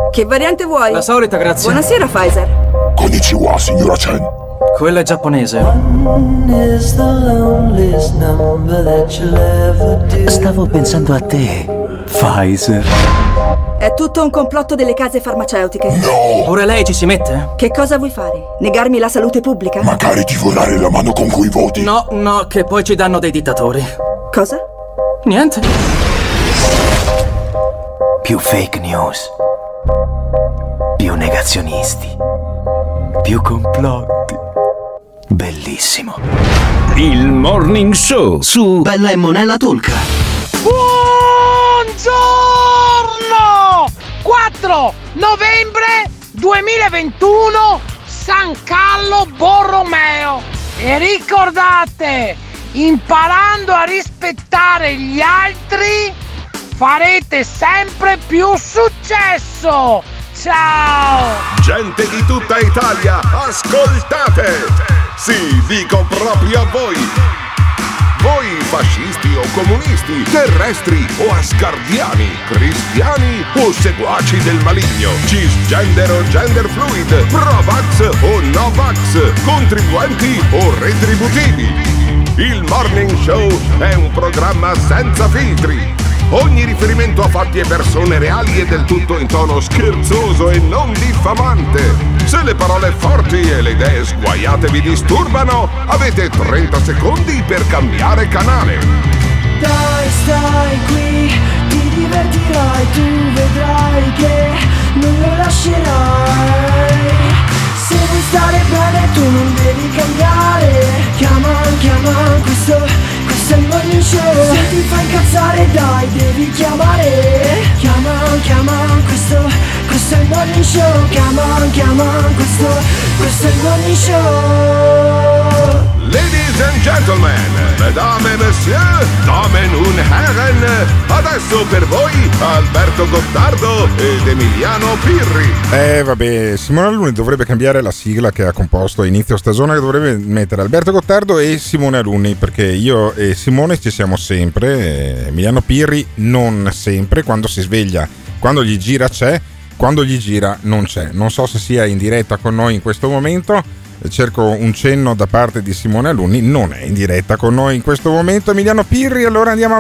Che variante vuoi? La solita, grazie. Buonasera, Pfizer. Konnichiwa, signora Chen. Quella è giapponese. Stavo pensando a te, Pfizer. È tutto un complotto delle case farmaceutiche. No! Pure lei ci si mette? Che cosa vuoi fare? Negarmi la salute pubblica? Magari divorare la mano con cui voti. No, che poi ci danno dei dittatori. Cosa? Niente. Più fake news. Più negazionisti. Più complotti. Bellissimo. Il Morning Show su Bella e Monella Tulca. Buongiorno! 4 novembre 2021, San Carlo Borromeo. E ricordate, imparando a rispettare gli altri, farete sempre più successo. Ciao! Gente di tutta Italia, ascoltate! Sì, dico proprio a voi! Voi fascisti o comunisti, terrestri o asgardiani, cristiani o seguaci del maligno, cisgender o gender fluid, pro-vax o no-vax, contribuenti o retributivi. Il Morning Show è un programma senza filtri. Ogni riferimento a fatti e persone reali è del tutto in tono scherzoso e non diffamante. Se le parole forti e le idee sguaiate vi disturbano, avete 30 secondi per cambiare canale. Dai, stai qui, ti divertirai, tu vedrai che non lo lascerai. Se vuoi stare bene tu non devi cambiare. Chiama, questo è il Morning Show. Se ti fa incazzare dai, devi chiamare. Chiama, questo è il Morning Show. Chiama, questo è il Morning Show. Ladies and gentlemen, mesdames et messieurs, damen und herren, adesso per voi Alberto Gottardo ed Emiliano Pirri. Vabbè, Simone Alunni dovrebbe cambiare la sigla che ha composto a inizio stagione, che dovrebbe mettere Alberto Gottardo e Simone Alunni, perché io e Simone ci siamo sempre, Emiliano Pirri non sempre, quando si sveglia, quando gli gira c'è, quando gli gira non c'è. Non so se sia in diretta con noi in questo momento. Cerco un cenno da parte di Simone Alunni, non è in diretta con noi in questo momento Emiliano Pirri. Allora andiamo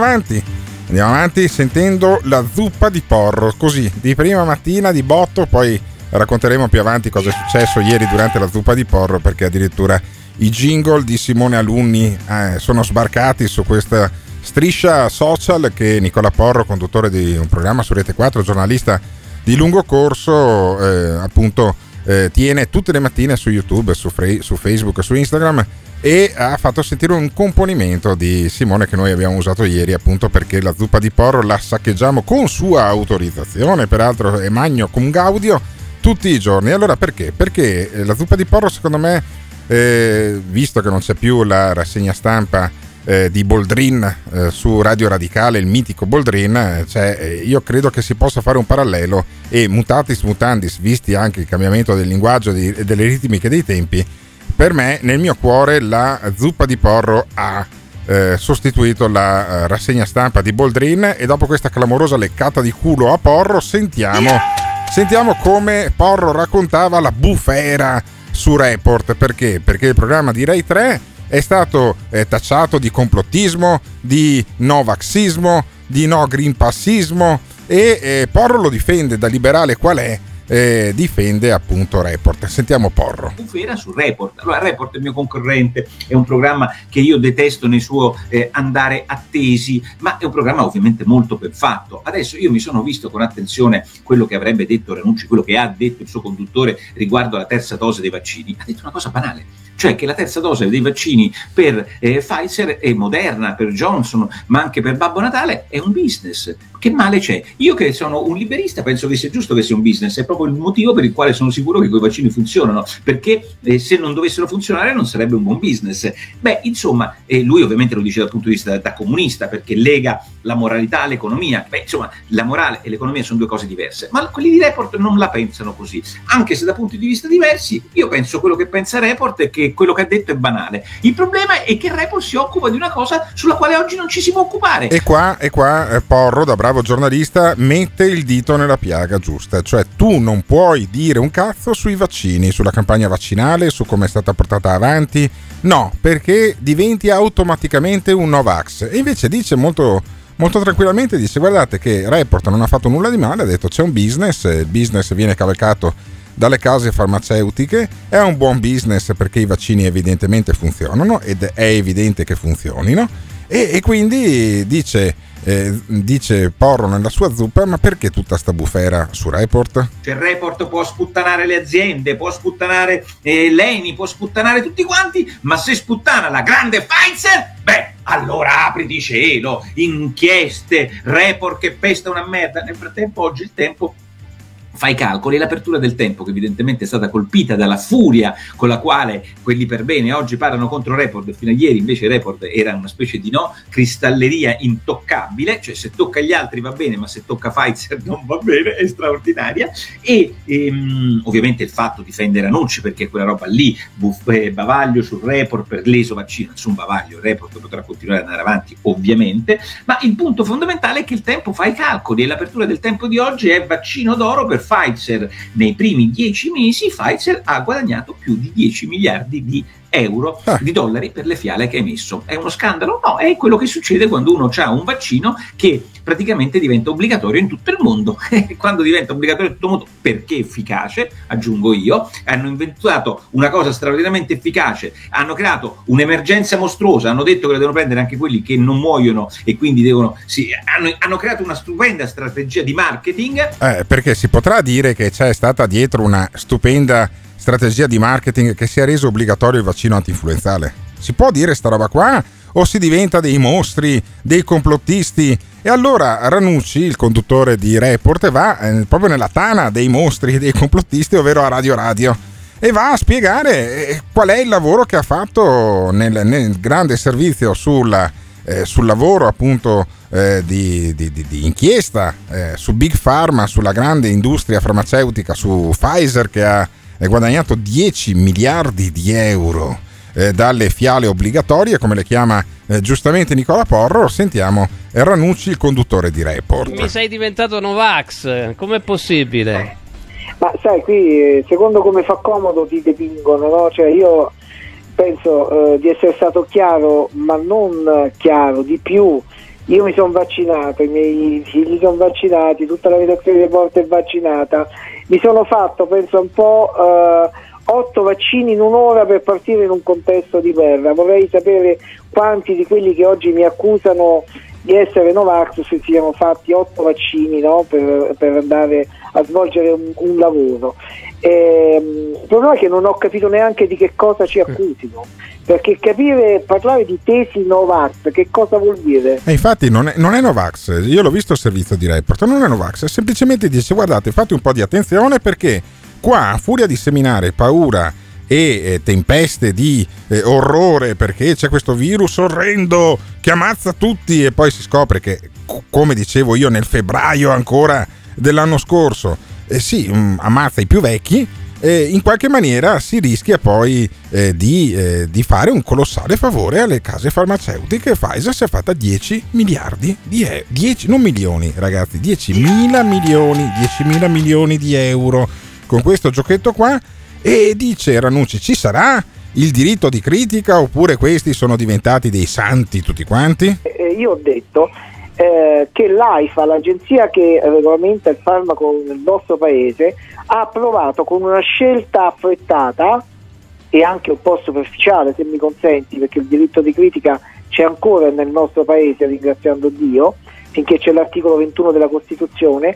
avanti sentendo la zuppa di porro, così di prima mattina di botto. Poi racconteremo più avanti cosa è successo ieri durante la zuppa di porro, perché addirittura i jingle di Simone Alunni sono sbarcati su questa striscia social che Nicola Porro, conduttore di un programma su Rete 4, giornalista di lungo corso, appunto tiene tutte le mattine su YouTube, su Facebook, su Instagram, e ha fatto sentire un componimento di Simone che noi abbiamo usato ieri, appunto perché la zuppa di porro la saccheggiamo con sua autorizzazione, peraltro è magno cum gaudio tutti i giorni. Allora perché? Perché la zuppa di porro, secondo me, visto che non c'è più la rassegna stampa di Boldrin su Radio Radicale, il mitico Boldrin, io credo che si possa fare un parallelo, e mutatis mutandis, visti anche il cambiamento del linguaggio e delle ritmiche dei tempi, per me nel mio cuore la zuppa di porro ha sostituito la rassegna stampa di Boldrin. E dopo questa clamorosa leccata di culo a Porro sentiamo come Porro raccontava la bufera su Report. Perché? Perché il programma di Rai 3 è stato tacciato di complottismo, di no vaxismo, di no green passismo, e Porro lo difende, da liberale qual è, difende appunto Report. Sentiamo Porro. Bufera su Report. Allora, Report è il mio concorrente, è un programma che io detesto nel suo andare a tesi, ma è un programma ovviamente molto ben fatto. Adesso io mi sono visto con attenzione quello che avrebbe detto Ranucci, quello che ha detto il suo conduttore riguardo alla terza dose dei vaccini. Ha detto una cosa banale, cioè che la terza dose dei vaccini per Pfizer e Moderna, per Johnson, ma anche per Babbo Natale è un business. Che male c'è? Io che sono un liberista penso che sia giusto che sia un business, è proprio il motivo per il quale sono sicuro che quei vaccini funzionano, perché se non dovessero funzionare non sarebbe un buon business. Beh, insomma, lui ovviamente lo dice dal punto di vista da comunista, perché lega la moralità all'economia. Beh, insomma, la morale e l'economia sono due cose diverse, ma quelli di Report non la pensano così, anche se da punti di vista diversi. Io penso quello che pensa Report è che perché quello che ha detto è banale. Il problema è che il Report si occupa di una cosa sulla quale oggi non ci si può occupare. E qua Porro, da bravo giornalista, mette il dito nella piaga giusta, cioè tu non puoi dire un cazzo sui vaccini, sulla campagna vaccinale, su come è stata portata avanti, no, perché diventi automaticamente un Novax. E invece dice molto tranquillamente, dice: guardate che Report non ha fatto nulla di male, ha detto c'è un business, il business viene cavalcato dalle case farmaceutiche, è un buon business perché i vaccini evidentemente funzionano ed è evidente che funzionino, e quindi dice Porro nella sua zuppa: ma perché tutta sta bufera su Report? Cioè Report può sputtanare le aziende, può sputtanare l'ENI, può sputtanare tutti quanti, ma se sputtana la grande Pfizer, beh, allora apri di cielo, inchieste, Report che pesta una merda. Nel frattempo oggi il Tempo fa i calcoli, e l'apertura del Tempo, che evidentemente è stata colpita dalla furia con la quale quelli per bene oggi parlano contro Report, fino a ieri invece Report era una specie di cristalleria intoccabile, cioè se tocca gli altri va bene, ma se tocca Pfizer non va bene, è straordinaria. E ovviamente il fatto difende Ranucci, perché quella roba lì, bavaglio sul Report per leso vaccino, nessun bavaglio, il Report potrà continuare ad andare avanti ovviamente, ma il punto fondamentale è che il Tempo fa i calcoli, e l'apertura del Tempo di oggi è vaccino d'oro per Pfizer. Nei primi 10 mesi Pfizer ha guadagnato più di 10 miliardi di euro, di dollari, per le fiale che ha emesso. È uno scandalo? No, è quello che succede quando uno ha un vaccino che praticamente diventa obbligatorio in tutto il mondo. Quando diventa obbligatorio in tutto il mondo, perché efficace, aggiungo io, hanno inventato una cosa straordinariamente efficace, hanno creato un'emergenza mostruosa, hanno detto che la devono prendere anche quelli che non muoiono, e quindi hanno creato una stupenda strategia di marketing. Perché si potrà dire che c'è stata dietro una stupenda strategia di marketing che si è reso obbligatorio il vaccino antinfluenzale? Si può dire sta roba qua? O si diventa dei mostri, dei complottisti? E allora Ranucci, il conduttore di Report, va proprio nella tana dei mostri e dei complottisti, ovvero a Radio, e va a spiegare qual è il lavoro che ha fatto nel grande servizio sul lavoro appunto di inchiesta su Big Pharma, sulla grande industria farmaceutica, su Pfizer, che ha guadagnato 10 miliardi di euro dalle fiale obbligatorie, come le chiama giustamente Nicola Porro. Sentiamo Ranucci, il conduttore di Report. Mi sei diventato Novax, com'è possibile? Ma sai, qui secondo come fa comodo ti dipingono, no? Cioè io penso di essere stato chiaro, ma non chiaro di più. Io mi sono vaccinato, i miei figli sono vaccinati, tutta la redazione di Report è vaccinata. Mi sono fatto, penso un po', 8 vaccini in un'ora per partire in un contesto di guerra. Vorrei sapere quanti di quelli che oggi mi accusano di essere Novax si siano fatti 8 vaccini, no? per andare a svolgere un lavoro. Il problema è che non ho capito neanche di che cosa ci accusino, perché parlare di tesi Novax, che cosa vuol dire? Infatti non è Novax, io l'ho visto al servizio di Report, non è Novax, semplicemente dice: guardate, fate un po' di attenzione, perché qua, a furia di seminare paura e tempeste di orrore, perché c'è questo virus orrendo che ammazza tutti, e poi si scopre che, come dicevo io nel febbraio ancora dell'anno scorso, ammazza i più vecchi, in qualche maniera si rischia poi di fare un colossale favore alle case farmaceutiche. Pfizer si è fatta 10 miliardi di euro, 10, non milioni ragazzi, 10.000 milioni di euro con questo giochetto qua. E dice Ranucci: ci sarà il diritto di critica, oppure questi sono diventati dei santi tutti quanti? Io ho detto che l'AIFA, l'agenzia che regolamenta il farmaco nel nostro paese, ha approvato con una scelta affrettata e anche un po' superficiale, se mi consenti, perché il diritto di critica c'è ancora nel nostro paese, ringraziando Dio, finché c'è l'articolo 21 della Costituzione,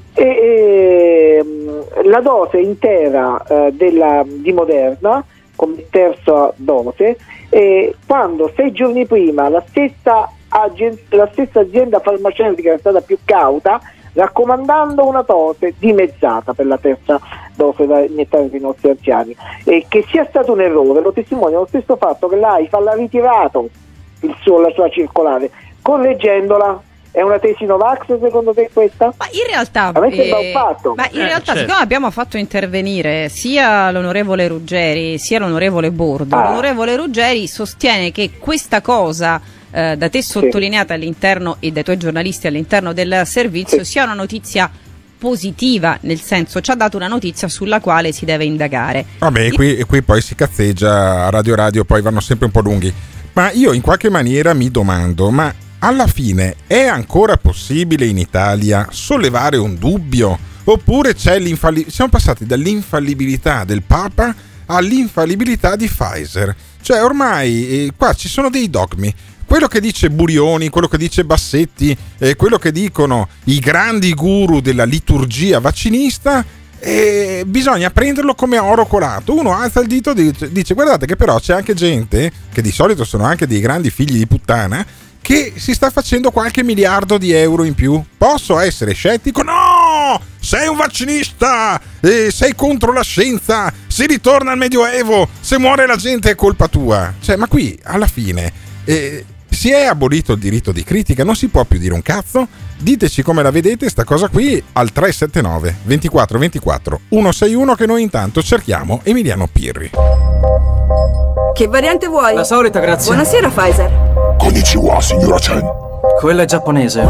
la dose intera di Moderna come terza dose, quando 6 giorni prima la stessa azienda farmaceutica è stata più cauta, raccomandando una dose dimezzata per la terza dose da iniettare per i nostri anziani. E che sia stato un errore lo testimonia lo stesso fatto che l'AIFA l'ha ritirato la sua circolare, correggendola, È una tesi Novax secondo te questa? Ma in realtà, a me sembra un fatto. Ma in realtà, certo. siccome abbiamo fatto intervenire sia l'onorevole Ruggeri sia l'onorevole Bordo, l'onorevole Ruggeri sostiene che questa cosa da te sottolineata all'interno e dai tuoi giornalisti all'interno del servizio sia una notizia positiva, nel senso ci ha dato una notizia sulla quale si deve indagare. Vabbè, qui poi si cazzeggia a radio, poi vanno sempre un po' lunghi. Ma io in qualche maniera mi domando, ma alla fine è ancora possibile in Italia sollevare un dubbio? Oppure c'è siamo passati dall'infallibilità del Papa all'infallibilità di Pfizer? Cioè ormai qua ci sono dei dogmi. Quello che dice Burioni, quello che dice Bassetti, quello che dicono i grandi guru della liturgia vaccinista, bisogna prenderlo come oro colato. Uno alza il dito e dice guardate che però c'è anche gente, che di solito sono anche dei grandi figli di puttana, che si sta facendo qualche miliardo di euro in più. Posso essere scettico? No! Sei un vaccinista! Sei contro la scienza! Si ritorna al Medioevo! Se muore la gente è colpa tua! Cioè, ma qui, alla fine, si è abolito il diritto di critica, non si può più dire un cazzo? Diteci come la vedete sta cosa qui al 379 24 24 161 che noi intanto cerchiamo Emiliano Pirri. Che variante vuoi? La solita, grazie. Buonasera, Pfizer. Konnichiwa, signora Chen. Quella è giapponese.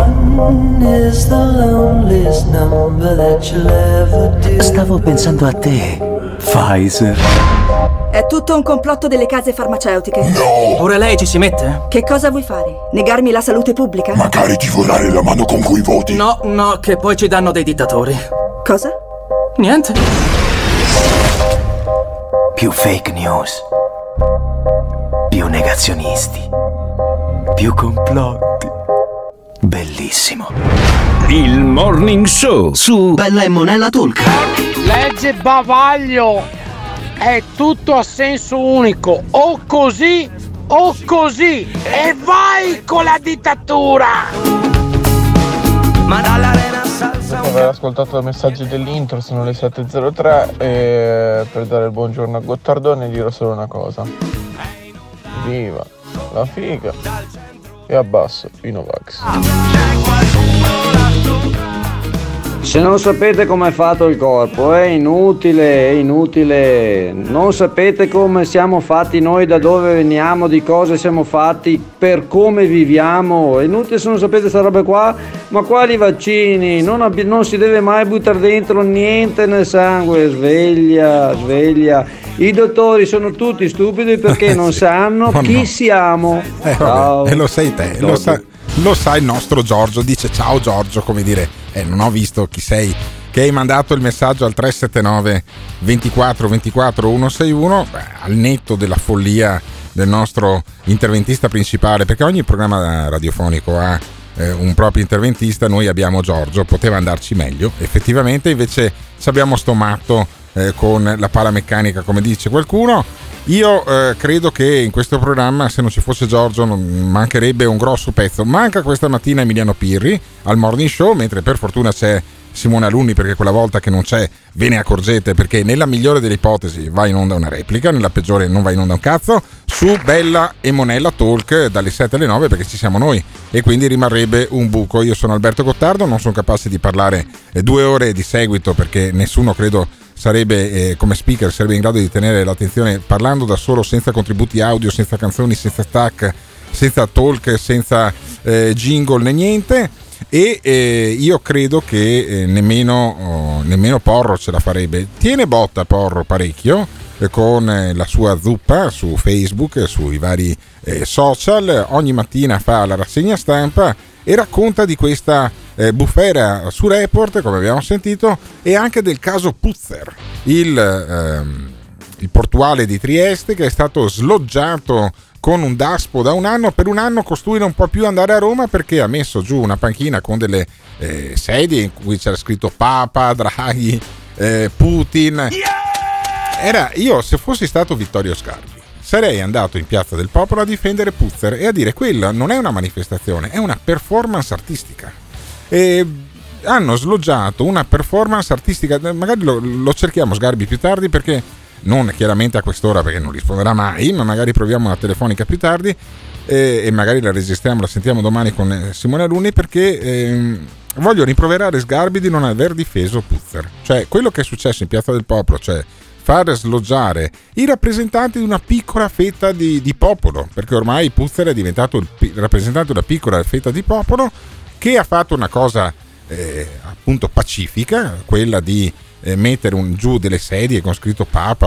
Stavo pensando a te, Pfizer. È tutto un complotto delle case farmaceutiche. No! Pure lei ci si mette? Che cosa vuoi fare? Negarmi la salute pubblica? Magari divorare la mano con cui voti. No, che poi ci danno dei dittatori. Cosa? Niente. Più fake news. Più negazionisti. Più complotti. Bellissimo. Il Morning Show su Bella e Monella Talk. Legge bavaglio. È tutto a senso unico. O così o così. E vai con la dittatura. Aver ascoltato i messaggi dell'intro, sono le 7.03 e per dare il buongiorno a Gottardone dirò solo una cosa. Viva la figa e abbasso i Novax. Se non sapete come è fatto il corpo, è inutile. Non sapete come siamo fatti noi, da dove veniamo, di cosa siamo fatti, per come viviamo. È inutile se non sapete sta roba qua. Ma quali vaccini? Non si deve mai buttare dentro niente nel sangue. Sveglia. I dottori sono tutti stupidi perché non sanno chi siamo. Ciao. E lo sai te, lo sa il nostro Giorgio. Dice ciao Giorgio, come dire non ho visto chi sei, che hai mandato il messaggio al 379 24 24 161. Al netto della follia del nostro interventista principale, perché ogni programma radiofonico ha un proprio interventista, noi abbiamo Giorgio, poteva andarci meglio effettivamente, invece ci abbiamo sto matto con la pala meccanica, come dice qualcuno. Io credo che in questo programma, se non ci fosse Giorgio, non mancherebbe un grosso pezzo. Manca questa mattina Emiliano Pirri al Morning Show, mentre per fortuna c'è Simone Alunni, perché quella volta che non c'è ve ne accorgete, perché nella migliore delle ipotesi va in onda una replica, nella peggiore non va in onda un cazzo, su Bella e Monella Talk dalle 7 alle 9, perché ci siamo noi e quindi rimarrebbe un buco. Io sono Alberto Gottardo, non sono capace di parlare 2 ore di seguito, perché nessuno credo sarebbe come speaker sarebbe in grado di tenere l'attenzione parlando da solo, senza contributi audio, senza canzoni, senza stack, senza talk, senza jingle né niente. E io credo che nemmeno Porro ce la farebbe. Tiene botta Porro parecchio con la sua zuppa su Facebook, sui vari social. Ogni mattina fa la rassegna stampa e racconta di questa bufera su Report, come abbiamo sentito, e anche del caso Puzzer, il portuale di Trieste, che è stato sloggiato con un daspo da un anno. Per un anno costui non può più andare a Roma perché ha messo giù una panchina con delle sedie in cui c'era scritto Papa, Draghi, Putin. Io, se fossi stato Vittorio Sgarbi, sarei andato in Piazza del Popolo a difendere Puzzer e a dire: quella non è una manifestazione, è una performance artistica. E hanno sloggiato una performance artistica. Magari lo cerchiamo Sgarbi più tardi, perché non chiaramente a quest'ora perché non risponderà mai, ma magari proviamo una telefonica più tardi e magari la resistiamo, la sentiamo domani con Simone Alunni, perché voglio rimproverare Sgarbi di non aver difeso Puzzer. Cioè, quello che è successo in Piazza del Popolo, cioè far sloggiare i rappresentanti di una piccola fetta di popolo, perché ormai Puzzer è diventato il rappresentante di una piccola fetta di popolo che ha fatto una cosa appunto pacifica, quella di mettere giù delle sedie con scritto Papa,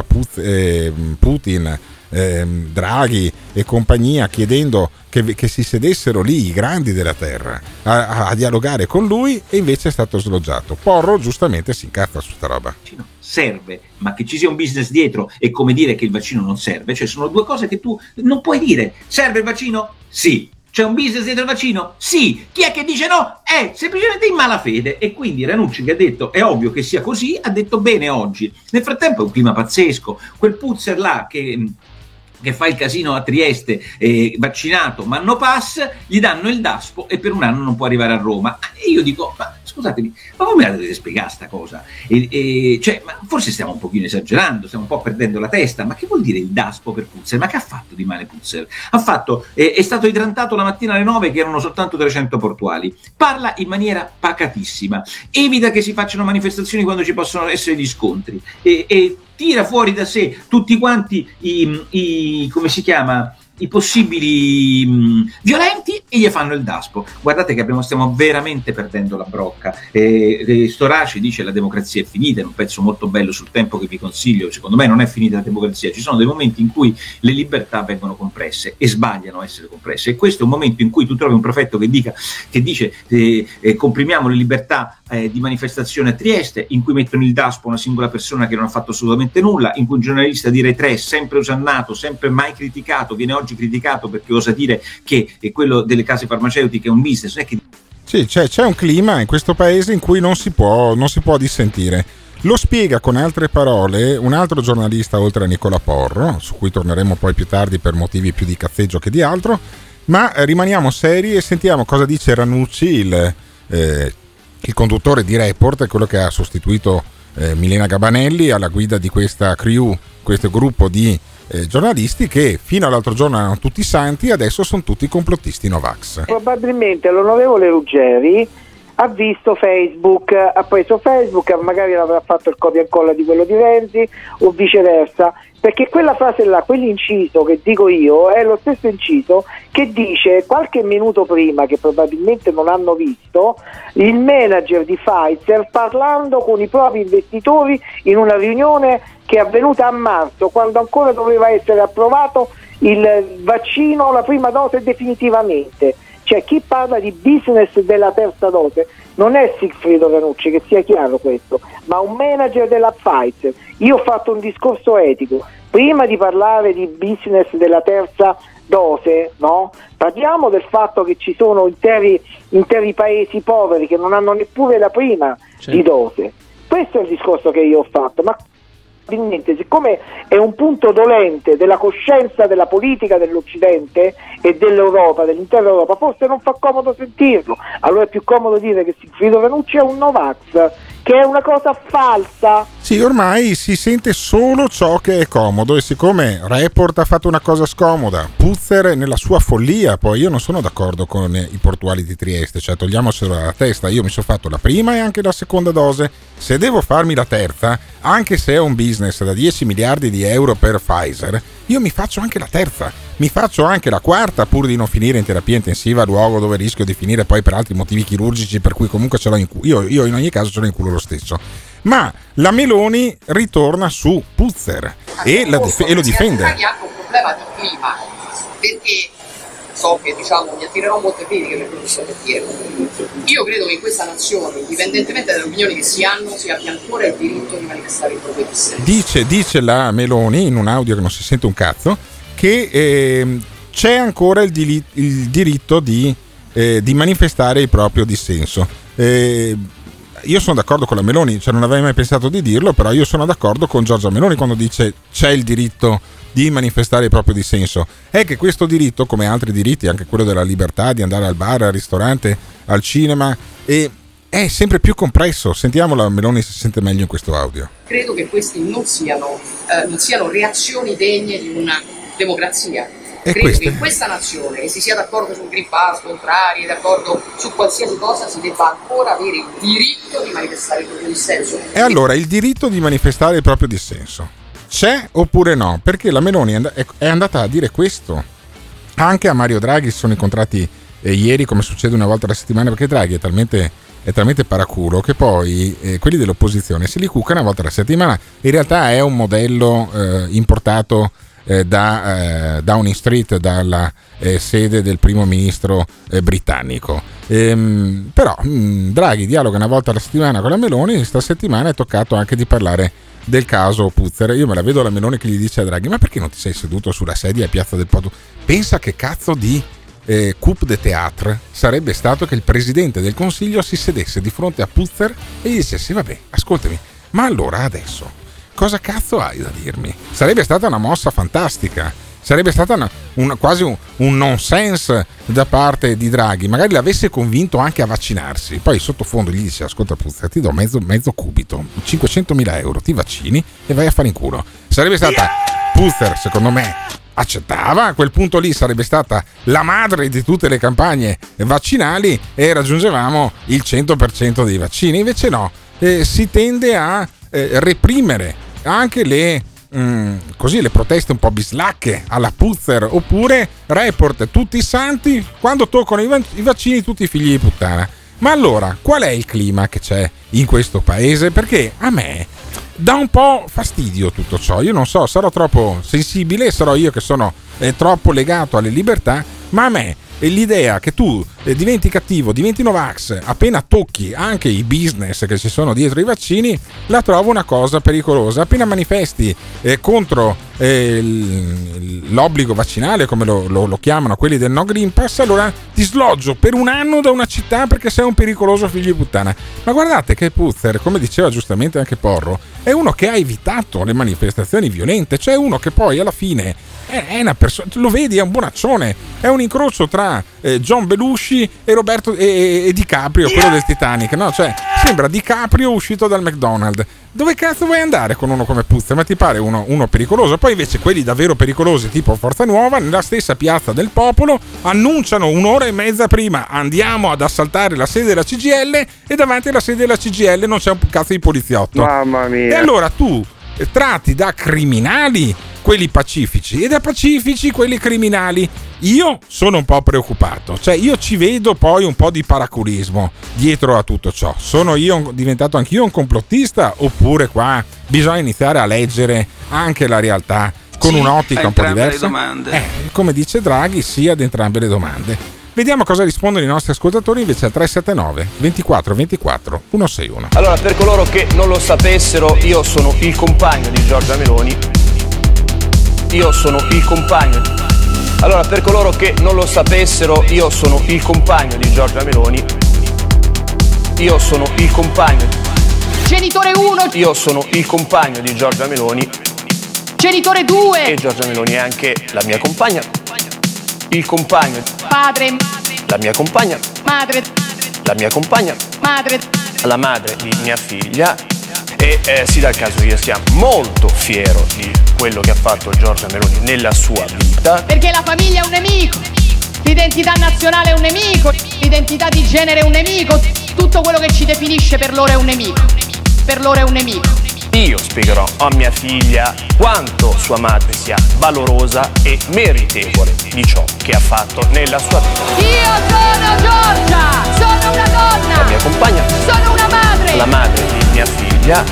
Putin, Draghi e compagnia, chiedendo che si sedessero lì i grandi della terra a dialogare con lui, e invece è stato sloggiato. Porro giustamente si incazza su sta roba. Serve, ma che ci sia un business dietro è come dire che il vaccino non serve, cioè sono due cose che tu non puoi dire. Serve il vaccino? Sì. C'è un business dietro il vaccino? Sì. Chi è che dice no? È semplicemente in malafede. E quindi Ranucci, che ha detto è ovvio che sia così, ha detto bene oggi. Nel frattempo è un clima pazzesco. Quel Puzzer là che fa il casino a Trieste, vaccinato ma no pass, gli danno il Daspo e per un anno non può arrivare a Roma. E io dico, ma scusatemi, ma come la dovete spiegare sta cosa? Cioè, ma forse stiamo un pochino esagerando, stiamo un po' perdendo la testa. Ma che vuol dire il Daspo per Puzzer? Ma che ha fatto di male Puzzer? È stato idrantato la mattina alle 9 che erano soltanto 300 portuali. Parla in maniera pacatissima, evita che si facciano manifestazioni quando ci possono essere gli scontri, e tira fuori da sé tutti quanti i come si chiama, i possibili violenti, e gli fanno il Daspo. Guardate che stiamo veramente perdendo la brocca. Storace dice la democrazia è finita, è un pezzo molto bello sul Tempo che vi consiglio. Secondo me non è finita la democrazia, ci sono dei momenti in cui le libertà vengono compresse e sbagliano a essere compresse, e questo è un momento in cui tu trovi un prefetto che dice comprimiamo le libertà di manifestazione a Trieste, in cui mettono il Daspo a una singola persona che non ha fatto assolutamente nulla, in cui un giornalista di Rai 3, sempre osannato, sempre mai criticato, viene oggi criticato perché osa dire che quello delle case farmaceutiche è un business. Non è che... Sì, c'è un clima in questo paese in cui non si può dissentire. Lo spiega con altre parole un altro giornalista oltre a Nicola Porro, su cui torneremo poi più tardi per motivi più di cazzeggio che di altro, ma rimaniamo seri e sentiamo cosa dice Ranucci, il conduttore di Report, quello che ha sostituito Milena Gabanelli alla guida di questa crew, questo gruppo di giornalisti che fino all'altro giorno erano tutti santi, adesso sono tutti complottisti Novax. Probabilmente l'onorevole Ruggeri ha visto Facebook, ha preso Facebook, magari avrà fatto il copia e incolla di quello di Renzi o viceversa, perché quella frase là, quell'inciso che dico io è lo stesso inciso che dice qualche minuto prima, che probabilmente non hanno visto, il manager di Pfizer parlando con i propri investitori in una riunione che è avvenuta a marzo, quando ancora doveva essere approvato il vaccino, la prima dose definitivamente. Cioè, chi parla di business della terza dose non è Sigfrido Ranucci, che sia chiaro questo, ma un manager della Pfizer. Io ho fatto un discorso etico. Prima di parlare di business della terza dose, no? Parliamo del fatto che ci sono interi paesi poveri che non hanno neppure la prima di dose. Questo è il discorso che io ho fatto, ma siccome è un punto dolente della coscienza della politica dell'Occidente e dell'Europa, dell'intera Europa, forse non fa comodo sentirlo. Allora è più comodo dire che Sigfrido Ranucci è un Novax, che è una cosa falsa. Sì, ormai si sente solo ciò che è comodo, e siccome Report ha fatto una cosa scomoda, Puzzer nella sua follia, poi io non sono d'accordo con i portuali di Trieste, cioè togliamocelo dalla testa, io mi sono fatto la prima e anche la seconda dose, se devo farmi la terza, anche se è un business da 10 miliardi di euro per Pfizer, io mi faccio anche la terza, mi faccio anche la quarta, pur di non finire in terapia intensiva, luogo dove rischio di finire poi per altri motivi chirurgici, per cui comunque ce l'ho in culo, io in ogni caso ce l'ho in culo lo stesso. Ma la Meloni ritorna su Puzzer e lo difende. Draghi ha anche un problema di clima, perché so che mi attirerò molte critiche per quello che sto per dire. Io credo che in questa nazione, indipendentemente dalle opinioni che si hanno, si abbia ancora il diritto di manifestare il proprio dissenso. Dice la Meloni in un audio che non si sente un cazzo che c'è ancora il diritto di manifestare il proprio dissenso. Io sono d'accordo con la Meloni, cioè non avrei mai pensato di dirlo, però io sono d'accordo con Giorgia Meloni quando dice c'è il diritto di manifestare il proprio dissenso. È che questo diritto, come altri diritti, anche quello della libertà di andare al bar, al ristorante, al cinema, è è sempre più compresso. Sentiamo la Meloni si sente meglio in questo audio. Credo che questi non siano reazioni degne di una democrazia. Credo che in questa nazione, che si sia d'accordo sul Green Pass, contrari, d'accordo su qualsiasi cosa, si debba ancora avere il diritto di manifestare il proprio dissenso. E allora, il diritto di manifestare il proprio dissenso c'è oppure no? Perché la Meloni è andata a dire questo anche a Mario Draghi. Si sono incontrati ieri, come succede una volta alla settimana, perché Draghi è talmente paraculo che poi quelli dell'opposizione se li cuccano una volta alla settimana. In realtà è un modello importato da Downing Street, dalla sede del primo ministro britannico. Però Draghi dialoga una volta alla settimana con la Meloni. Questa settimana è toccato anche di parlare del caso Puzzer. Io me la vedo la Meloni che gli dice a Draghi: ma perché non ti sei seduto sulla sedia a Piazza del Popolo? Pensa che cazzo di coup de théâtre sarebbe stato che il presidente del Consiglio si sedesse di fronte a Puzzer e gli dicesse: vabbè, ascoltami, ma allora adesso cosa cazzo hai da dirmi? Sarebbe stata una mossa fantastica, sarebbe stata quasi un nonsense da parte di Draghi. Magari l'avesse convinto anche a vaccinarsi, poi sottofondo gli dice: ascolta Puzzer, ti do mezzo cubito, 500.000 euro, ti vaccini e vai a fare in culo. Sarebbe stata Puzzer, secondo me accettava, a quel punto lì sarebbe stata la madre di tutte le campagne vaccinali e raggiungevamo il 100% dei vaccini. Invece no, si tende a reprimere anche le proteste un po' bislacche alla Puzzer, oppure report tutti i santi, quando toccano i vaccini tutti i figli di puttana. Ma allora qual è il clima che c'è in questo paese? Perché a me dà un po' fastidio tutto ciò. Io non so, sarò troppo sensibile, sarò io che sono troppo legato alle libertà, ma a me l'idea che tu diventi cattivo, diventi Novax appena tocchi anche i business che ci sono dietro i vaccini, la trovo una cosa pericolosa. Appena manifesti contro l'obbligo vaccinale, come lo chiamano quelli del No Green Pass, allora ti sloggio per un anno da una città perché sei un pericoloso figlio di puttana. Ma guardate che Puzzer, come diceva giustamente anche Porro, è uno che ha evitato le manifestazioni violente, cioè uno che poi alla fine è una persona, lo vedi, è un bonaccione, è un incrocio tra John Belushi e Roberto e DiCaprio, quello del Titanic, no? Cioè sembra DiCaprio uscito dal McDonald's. Dove cazzo vuoi andare con uno come Puzzer? Ma ti pare uno pericoloso? Poi invece quelli davvero pericolosi, tipo Forza Nuova, nella stessa Piazza del Popolo annunciano un'ora e mezza prima: andiamo ad assaltare la sede della CGIL, e davanti alla sede della CGIL non c'è un cazzo di poliziotto. Mamma mia. E allora tu tratti da criminali quelli pacifici e da pacifici quelli criminali. Io sono un po' preoccupato, cioè io ci vedo poi un po' di paraculismo dietro a tutto ciò. Sono io diventato anch'io un complottista, oppure qua bisogna iniziare a leggere anche la realtà con un'ottica un po' diversa? Come dice Draghi, sì ad entrambe le domande. Vediamo cosa rispondono i nostri ascoltatori invece al 379 24 24 161. Allora, per coloro che non lo sapessero, io sono il compagno di Giorgia Meloni. Io sono il compagno. Allora, per coloro che non lo sapessero, io sono il compagno di Giorgia Meloni. Io sono il compagno. Genitore 1. Io sono il compagno di Giorgia Meloni. Genitore 2. E Giorgia Meloni è anche la mia compagna. Il compagno. Padre. La mia compagna. Madre. La mia compagna. Madre. La madre di mia figlia. E sì, dal caso io sia molto fiero di quello che ha fatto Giorgia Meloni nella sua vita. Perché la famiglia è un nemico, l'identità nazionale è un nemico, l'identità di genere è un nemico, tutto quello che ci definisce per loro è un nemico. Per loro è un nemico. Io spiegherò a mia figlia quanto sua madre sia valorosa e meritevole di ciò che ha fatto nella sua vita. Io sono Giorgia, sono una donna, la mia compagna, sono una madre, la madre di mia figlia,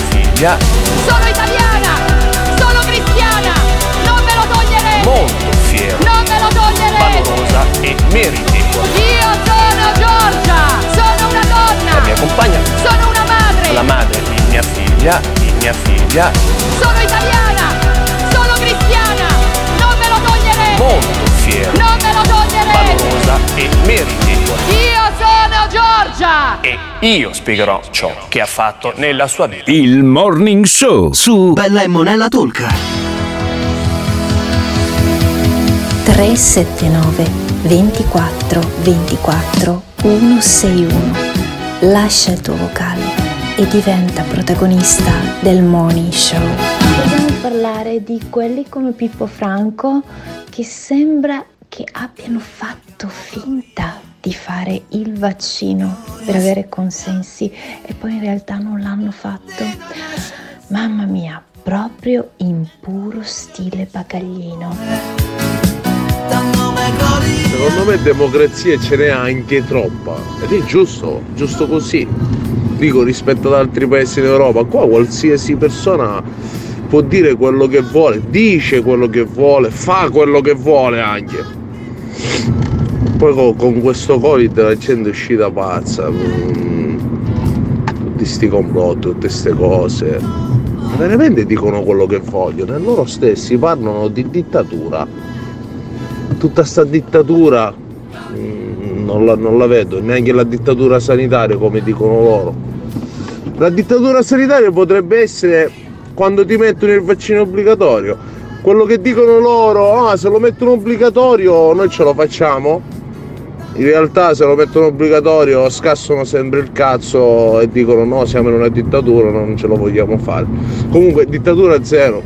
sono italiana, sono cristiana, non me lo toglierete, molto fiero, non me lo toglierete, valorosa e meritevole. Io sono Giorgia, sono una donna, la mia compagna, sono una madre, la madre di mia figlia, sono italiana, sono cristiana, non me lo toglierete, molto fiero, non me lo toglierete, valorosa e meritevole. Io sono Giorgia e io spiegherò ciò che ha fatto nella sua vita. Il Morning Show su Bella e Monella Talk. 379 24 24 161. lascia il tuo vocale e diventa protagonista del Morning Show. Vogliamo parlare di quelli come Pippo Franco che sembra che abbiano fatto finta di fare il vaccino per avere consensi e poi in realtà non l'hanno fatto. Mamma mia, proprio in puro stile bagaglino. Secondo me democrazia ce n'è anche troppa ed è giusto così. Dico, rispetto ad altri paesi d'Europa, qua qualsiasi persona può dire quello che vuole, dice quello che vuole, fa quello che vuole anche. Poi con questo Covid la gente è uscita pazza, tutti sti complotti, tutte ste cose, veramente dicono quello che vogliono e loro stessi parlano di dittatura. Tutta sta dittatura non la vedo, neanche la dittatura sanitaria come dicono loro. La dittatura sanitaria potrebbe essere quando ti mettono il vaccino obbligatorio. Quello che dicono loro, se lo mettono obbligatorio noi ce lo facciamo. In realtà se lo mettono obbligatorio scassano sempre il cazzo e dicono no, siamo in una dittatura, non ce lo vogliamo fare. Comunque dittatura zero,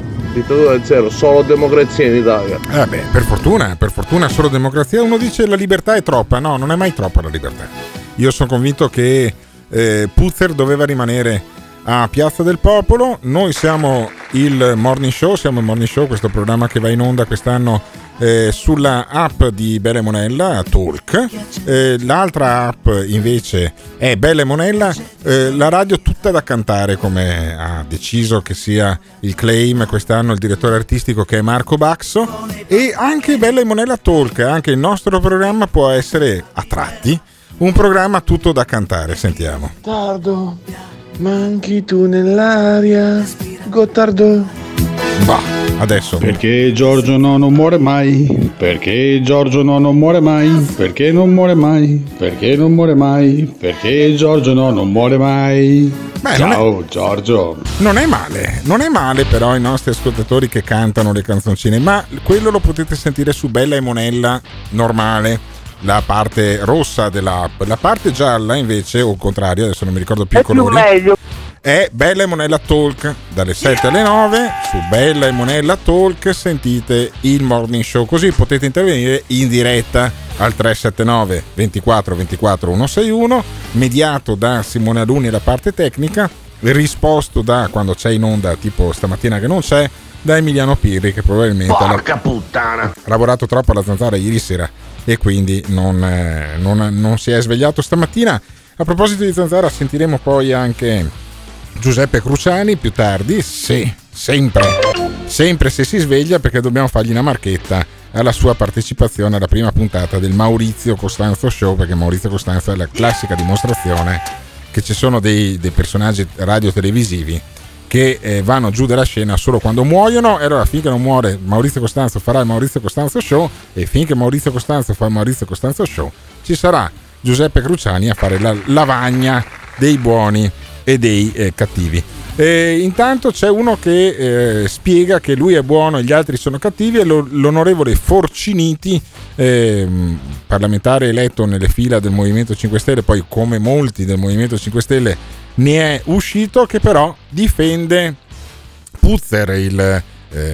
solo democrazia in Italia. Per fortuna solo democrazia. Uno dice la libertà è troppa, no, non è mai troppa la libertà. Io sono convinto che Puzzer doveva rimanere a Piazza del Popolo. Noi siamo il Morning Show, questo programma che va in onda quest'anno sulla app di Bella e Monella, Talk. L'altra app invece è Bella e Monella, la radio tutta da cantare, come ha deciso che sia il claim quest'anno il direttore artistico, che è Marco Baxo. E anche Bella e Monella Talk, anche il nostro programma può essere a tratti un programma tutto da cantare. Sentiamo. Gottardo, manchi tu nell'aria, Gottardo. Adesso. Perché Giorgio no, non muore mai? Perché Giorgio no, non muore mai? Perché non muore mai? Perché non muore mai? Perché Giorgio no, non muore mai? Ciao Giorgio. Non è male però i nostri ascoltatori che cantano le canzoncine, ma quello lo potete sentire su Bella e Monella normale, la parte rossa dell'app. La parte gialla invece, o il contrario, adesso non mi ricordo più i colori, è Bella e Monella Talk, dalle 7 alle 9 su Bella e Monella Talk sentite il Morning Show, così potete intervenire in diretta al 379 24 24 161, mediato da Simone Alunni la parte tecnica, risposto da, quando c'è in onda, tipo stamattina che non c'è, da Emiliano Pirri, che probabilmente ha lavorato troppo alla zanzara ieri sera e quindi non si è svegliato stamattina. A proposito di zanzara, sentiremo poi anche Giuseppe Cruciani più tardi, sempre se si sveglia, perché dobbiamo fargli una marchetta alla sua partecipazione alla prima puntata del Maurizio Costanzo Show, perché Maurizio Costanzo è la classica dimostrazione che ci sono dei personaggi radio-televisivi che vanno giù dalla scena solo quando muoiono, e allora finché non muore Maurizio Costanzo farà il Maurizio Costanzo Show, e finché Maurizio Costanzo fa il Maurizio Costanzo Show ci sarà Giuseppe Cruciani a fare la lavagna dei buoni e dei cattivi. Intanto c'è uno che spiega che lui è buono e gli altri sono cattivi, e l'onorevole Forciniti, parlamentare eletto nelle fila del Movimento 5 Stelle, poi come molti del Movimento 5 Stelle ne è uscito, che però difende Puzzer, il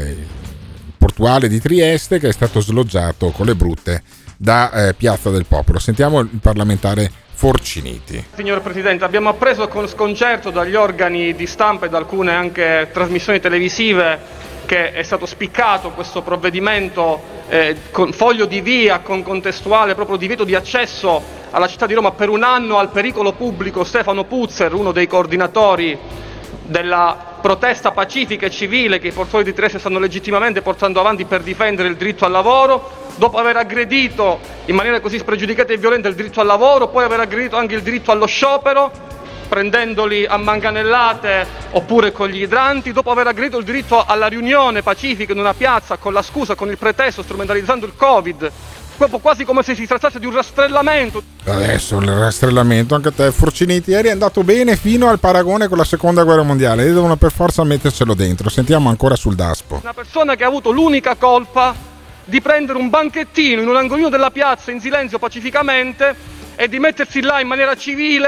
portuale di Trieste, che è stato sloggiato con le brutte da Piazza del Popolo. Sentiamo il parlamentare Forciniti. Signor Presidente, abbiamo appreso con sconcerto dagli organi di stampa e da alcune anche trasmissioni televisive che è stato spiccato questo provvedimento con foglio di via, con contestuale proprio divieto di accesso alla città di Roma per un anno al pericolo pubblico Stefano Puzzer, uno dei coordinatori della protesta pacifica e civile che i portuali di Trieste stanno legittimamente portando avanti per difendere il diritto al lavoro, dopo aver aggredito in maniera così spregiudicata e violenta il diritto al lavoro, poi aver aggredito anche il diritto allo sciopero, prendendoli a manganellate oppure con gli idranti, dopo aver aggredito il diritto alla riunione pacifica in una piazza con la scusa, con il pretesto, strumentalizzando il Covid, quasi come se si trattasse di un rastrellamento. Adesso il rastrellamento, anche a te Forciniti, ieri è andato bene fino al paragone con la seconda guerra mondiale, e devono per forza mettercelo dentro. Sentiamo ancora sul Daspo. Una persona che ha avuto l'unica colpa di prendere un banchettino in un angolino della piazza in silenzio pacificamente e di mettersi là in maniera civile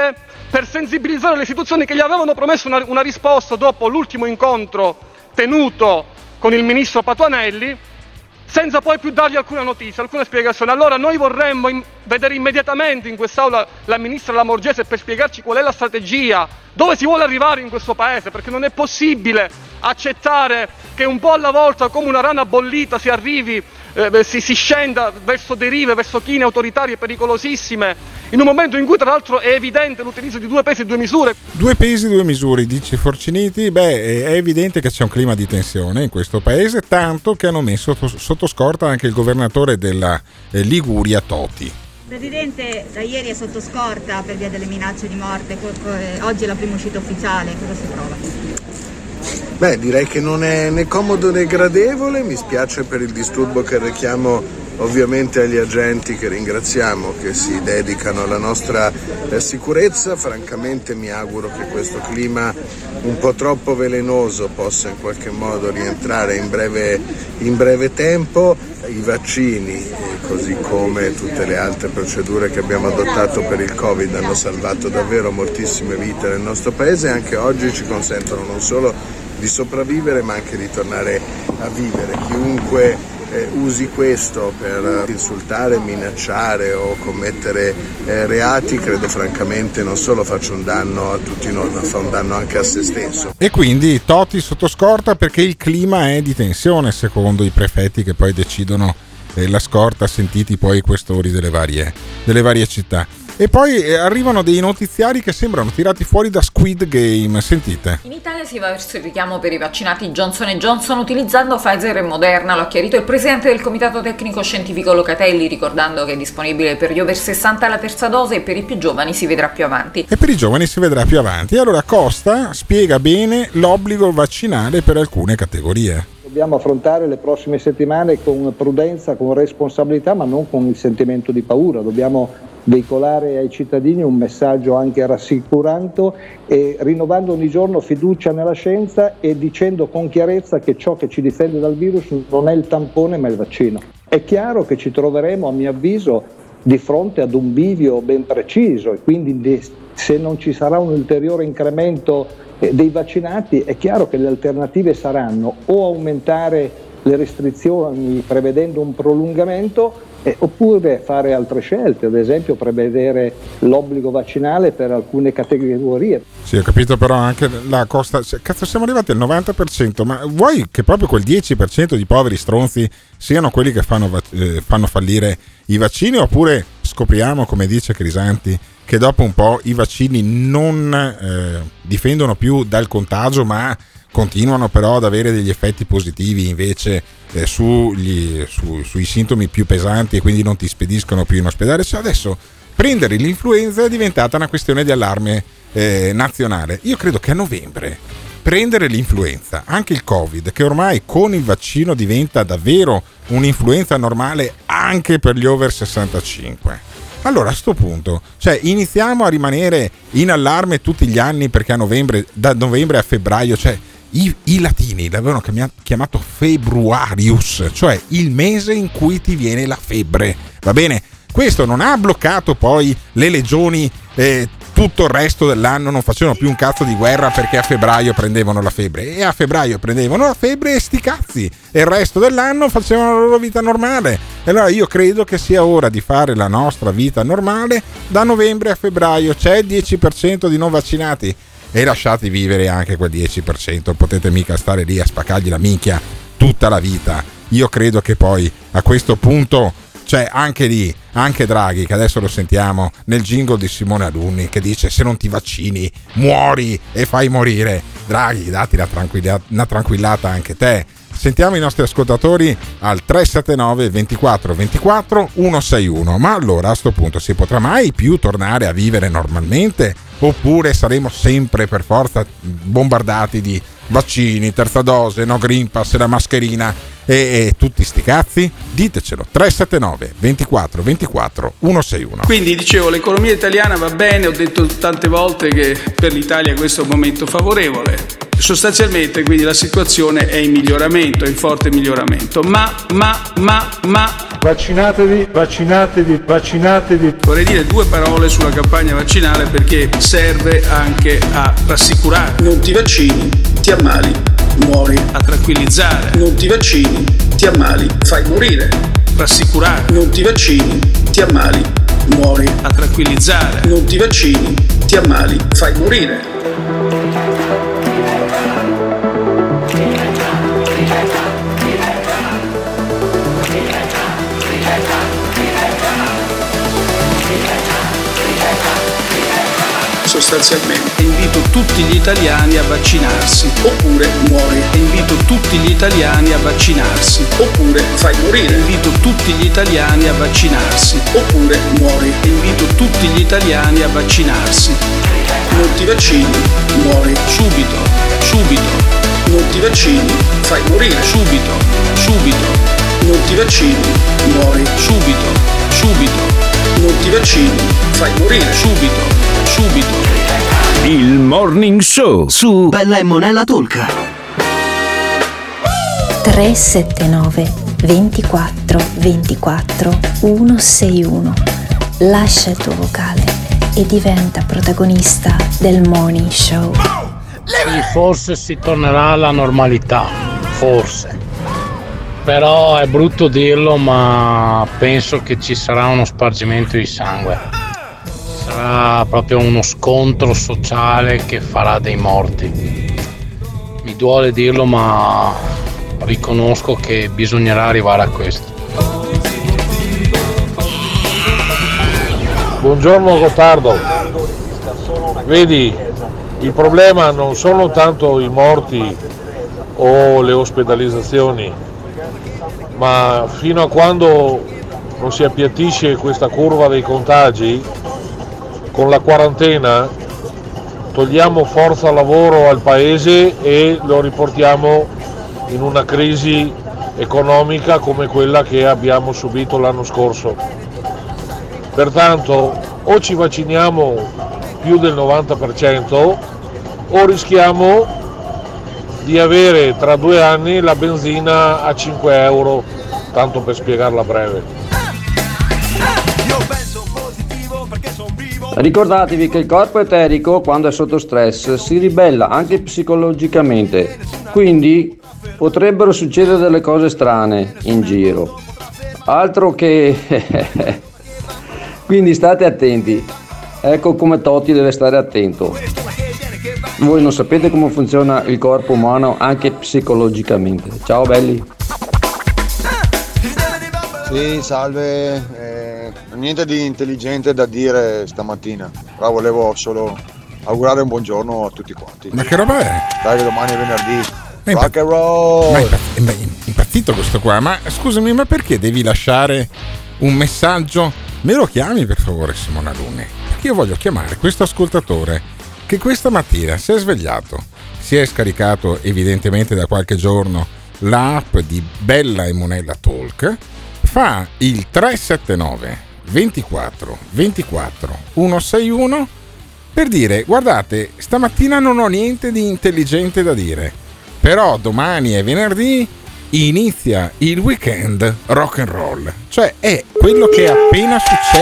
per sensibilizzare le istituzioni che gli avevano promesso una risposta dopo l'ultimo incontro tenuto con il ministro Patuanelli, senza poi più dargli alcuna notizia, alcuna spiegazione. Allora noi vorremmo vedere immediatamente in quest'aula la ministra Lamorgese per spiegarci qual è la strategia, dove si vuole arrivare in questo paese, perché non è possibile accettare che un po' alla volta, come una rana bollita, si arrivi, si scenda verso derive, verso chine autoritarie pericolosissime, in un momento in cui tra l'altro è evidente l'utilizzo di 2 pesi e 2 misure. 2 pesi, 2 misure, dice Forciniti. È evidente che c'è un clima di tensione in questo paese, tanto che hanno messo sotto scorta anche il governatore della Liguria, Toti. Presidente, da ieri è sotto scorta per via delle minacce di morte, oggi è la prima uscita ufficiale, cosa si prova? Beh, direi che non è né comodo né gradevole, mi spiace per il disturbo che richiamo ovviamente agli agenti che ringraziamo, che si dedicano alla nostra sicurezza. Francamente mi auguro che questo clima un po' troppo velenoso possa in qualche modo rientrare in breve tempo. I vaccini, così come tutte le altre procedure che abbiamo adottato per il Covid, hanno salvato davvero moltissime vite nel nostro paese e anche oggi ci consentono non solo di sopravvivere ma anche di tornare a vivere. Chiunque usi questo per insultare, minacciare o commettere reati, credo francamente non solo faccia un danno a tutti noi, ma fa un danno anche a se stesso. E quindi Toti sotto scorta perché il clima è di tensione, secondo i prefetti che poi decidono la scorta, sentiti poi i questori delle varie città. E poi arrivano dei notiziari che sembrano tirati fuori da Squid Game, sentite. In Italia si va verso il richiamo per i vaccinati Johnson & Johnson utilizzando Pfizer e Moderna, lo ha chiarito il presidente del comitato tecnico scientifico Locatelli, ricordando che è disponibile per gli over 60 la terza dose e per i più giovani si vedrà più avanti. E allora Costa spiega bene l'obbligo vaccinale per alcune categorie. Dobbiamo affrontare le prossime settimane con prudenza, con responsabilità, ma non con il sentimento di paura. Dobbiamo veicolare ai cittadini un messaggio anche rassicurante e rinnovando ogni giorno fiducia nella scienza e dicendo con chiarezza che ciò che ci difende dal virus non è il tampone ma il vaccino. È chiaro che ci troveremo, a mio avviso, di fronte ad un bivio ben preciso e quindi se non ci sarà un ulteriore incremento dei vaccinati è chiaro che le alternative saranno o aumentare le restrizioni prevedendo un prolungamento oppure fare altre scelte, ad esempio prevedere l'obbligo vaccinale per alcune categorie. Sì, ho capito, però anche la Costa, cazzo, siamo arrivati al 90%, ma vuoi che proprio quel 10% di poveri stronzi siano quelli che fanno fallire i vaccini, oppure scopriamo, come dice Crisanti, che dopo un po' i vaccini non difendono più dal contagio, ma continuano però ad avere degli effetti positivi invece sui sintomi più pesanti e quindi non ti spediscono più in ospedale. Cioè adesso prendere l'influenza è diventata una questione di allarme nazionale. Io credo che a novembre prendere l'influenza, anche il Covid, che ormai con il vaccino diventa davvero un'influenza normale anche per gli over 65. Allora a sto punto, cioè iniziamo a rimanere in allarme tutti gli anni perché a novembre, da novembre a febbraio, cioè i latini l'avevano chiamato februarius, cioè il mese in cui ti viene la febbre, va bene? Questo non ha bloccato poi le legioni, tutto il resto dell'anno non facevano più un cazzo di guerra perché a febbraio prendevano la febbre, e a febbraio prendevano la febbre e sti cazzi, e il resto dell'anno facevano la loro vita normale. E allora io credo che sia ora di fare la nostra vita normale. Da novembre a febbraio c'è il 10% di non vaccinati e lasciate vivere anche quel 10%, potete mica stare lì a spaccargli la minchia tutta la vita. Io credo che poi a questo punto, cioè anche lì, anche Draghi, che adesso lo sentiamo nel jingle di Simone Alunni, che dice se non ti vaccini muori e fai morire. Draghi, dati una tranquillata anche te. Sentiamo i nostri ascoltatori al 379 24 24 161. Ma allora a sto punto si potrà mai più tornare a vivere normalmente? Oppure saremo sempre per forza bombardati di vaccini, terza dose, no Green Pass, la mascherina e tutti sti cazzi? Ditecelo. 379 24 24 161. Quindi dicevo, l'economia italiana va bene, ho detto tante volte che per l'Italia questo è un momento favorevole. Sostanzialmente quindi la situazione è in miglioramento, è in forte miglioramento, ma Vaccinatevi. vorrei dire due parole sulla campagna vaccinale perché serve anche a rassicurare. Non ti vaccini, ti ammali, muori. A tranquillizzare. Non ti vaccini, ti ammali, fai morire. Rassicurare. Non ti vaccini, ti ammali, muori. A tranquillizzare. Non ti vaccini, ti ammali, fai morire. Sostanzialmente invito tutti gli italiani a vaccinarsi oppure muori. Invito tutti gli italiani a vaccinarsi oppure fai morire. Invito tutti gli italiani a vaccinarsi oppure muori. Invito tutti gli italiani a vaccinarsi. Non ti vaccini, muori. Subito. Non ti vaccini, fai morire. Subito. Non ti vaccini, muori. Subito. Non ti vaccini, fai morire. Subito. Il Morning Show su Bella e Monella Talk. 379 24 24 161. Lascia il tuo vocale e diventa protagonista del Morning Show. Forse si tornerà alla normalità, forse. Però è brutto dirlo, ma penso che ci sarà uno spargimento di sangue. Sarà proprio uno scontro sociale che farà dei morti. Mi duole dirlo, ma riconosco che bisognerà arrivare a questo. Buongiorno Gottardo. Vedi, il problema non sono tanto i morti o le ospedalizzazioni, ma fino a quando non si appiattisce questa curva dei contagi, con la quarantena togliamo forza lavoro al paese e lo riportiamo in una crisi economica come quella che abbiamo subito l'anno scorso. Pertanto o ci vacciniamo più del 90% o rischiamo di avere tra 2 anni la benzina a 5 euro, tanto per spiegarla breve. Ricordatevi che il corpo eterico, quando è sotto stress, si ribella anche psicologicamente, quindi potrebbero succedere delle cose strane in giro. Altro che... Quindi state attenti. Ecco come Totti deve stare attento. Voi non sapete come funziona il corpo umano anche psicologicamente. Ciao belli. Sì, salve. Niente di intelligente da dire stamattina, però volevo solo augurare un buongiorno a tutti quanti. Ma che roba è? Dai, che domani è venerdì. Rock and roll! Ma è impazzito questo qua. Ma scusami, ma perché devi lasciare un messaggio? Me lo chiami per favore, Simona Luni? Perché io voglio chiamare questo ascoltatore che questa mattina si è svegliato, si è scaricato evidentemente da qualche giorno l'app di Bella e Monella Talk, fa il 379 24 24 161 per dire: guardate, stamattina non ho niente di intelligente da dire, però domani è venerdì, inizia il weekend rock and roll. Cioè è quello che è appena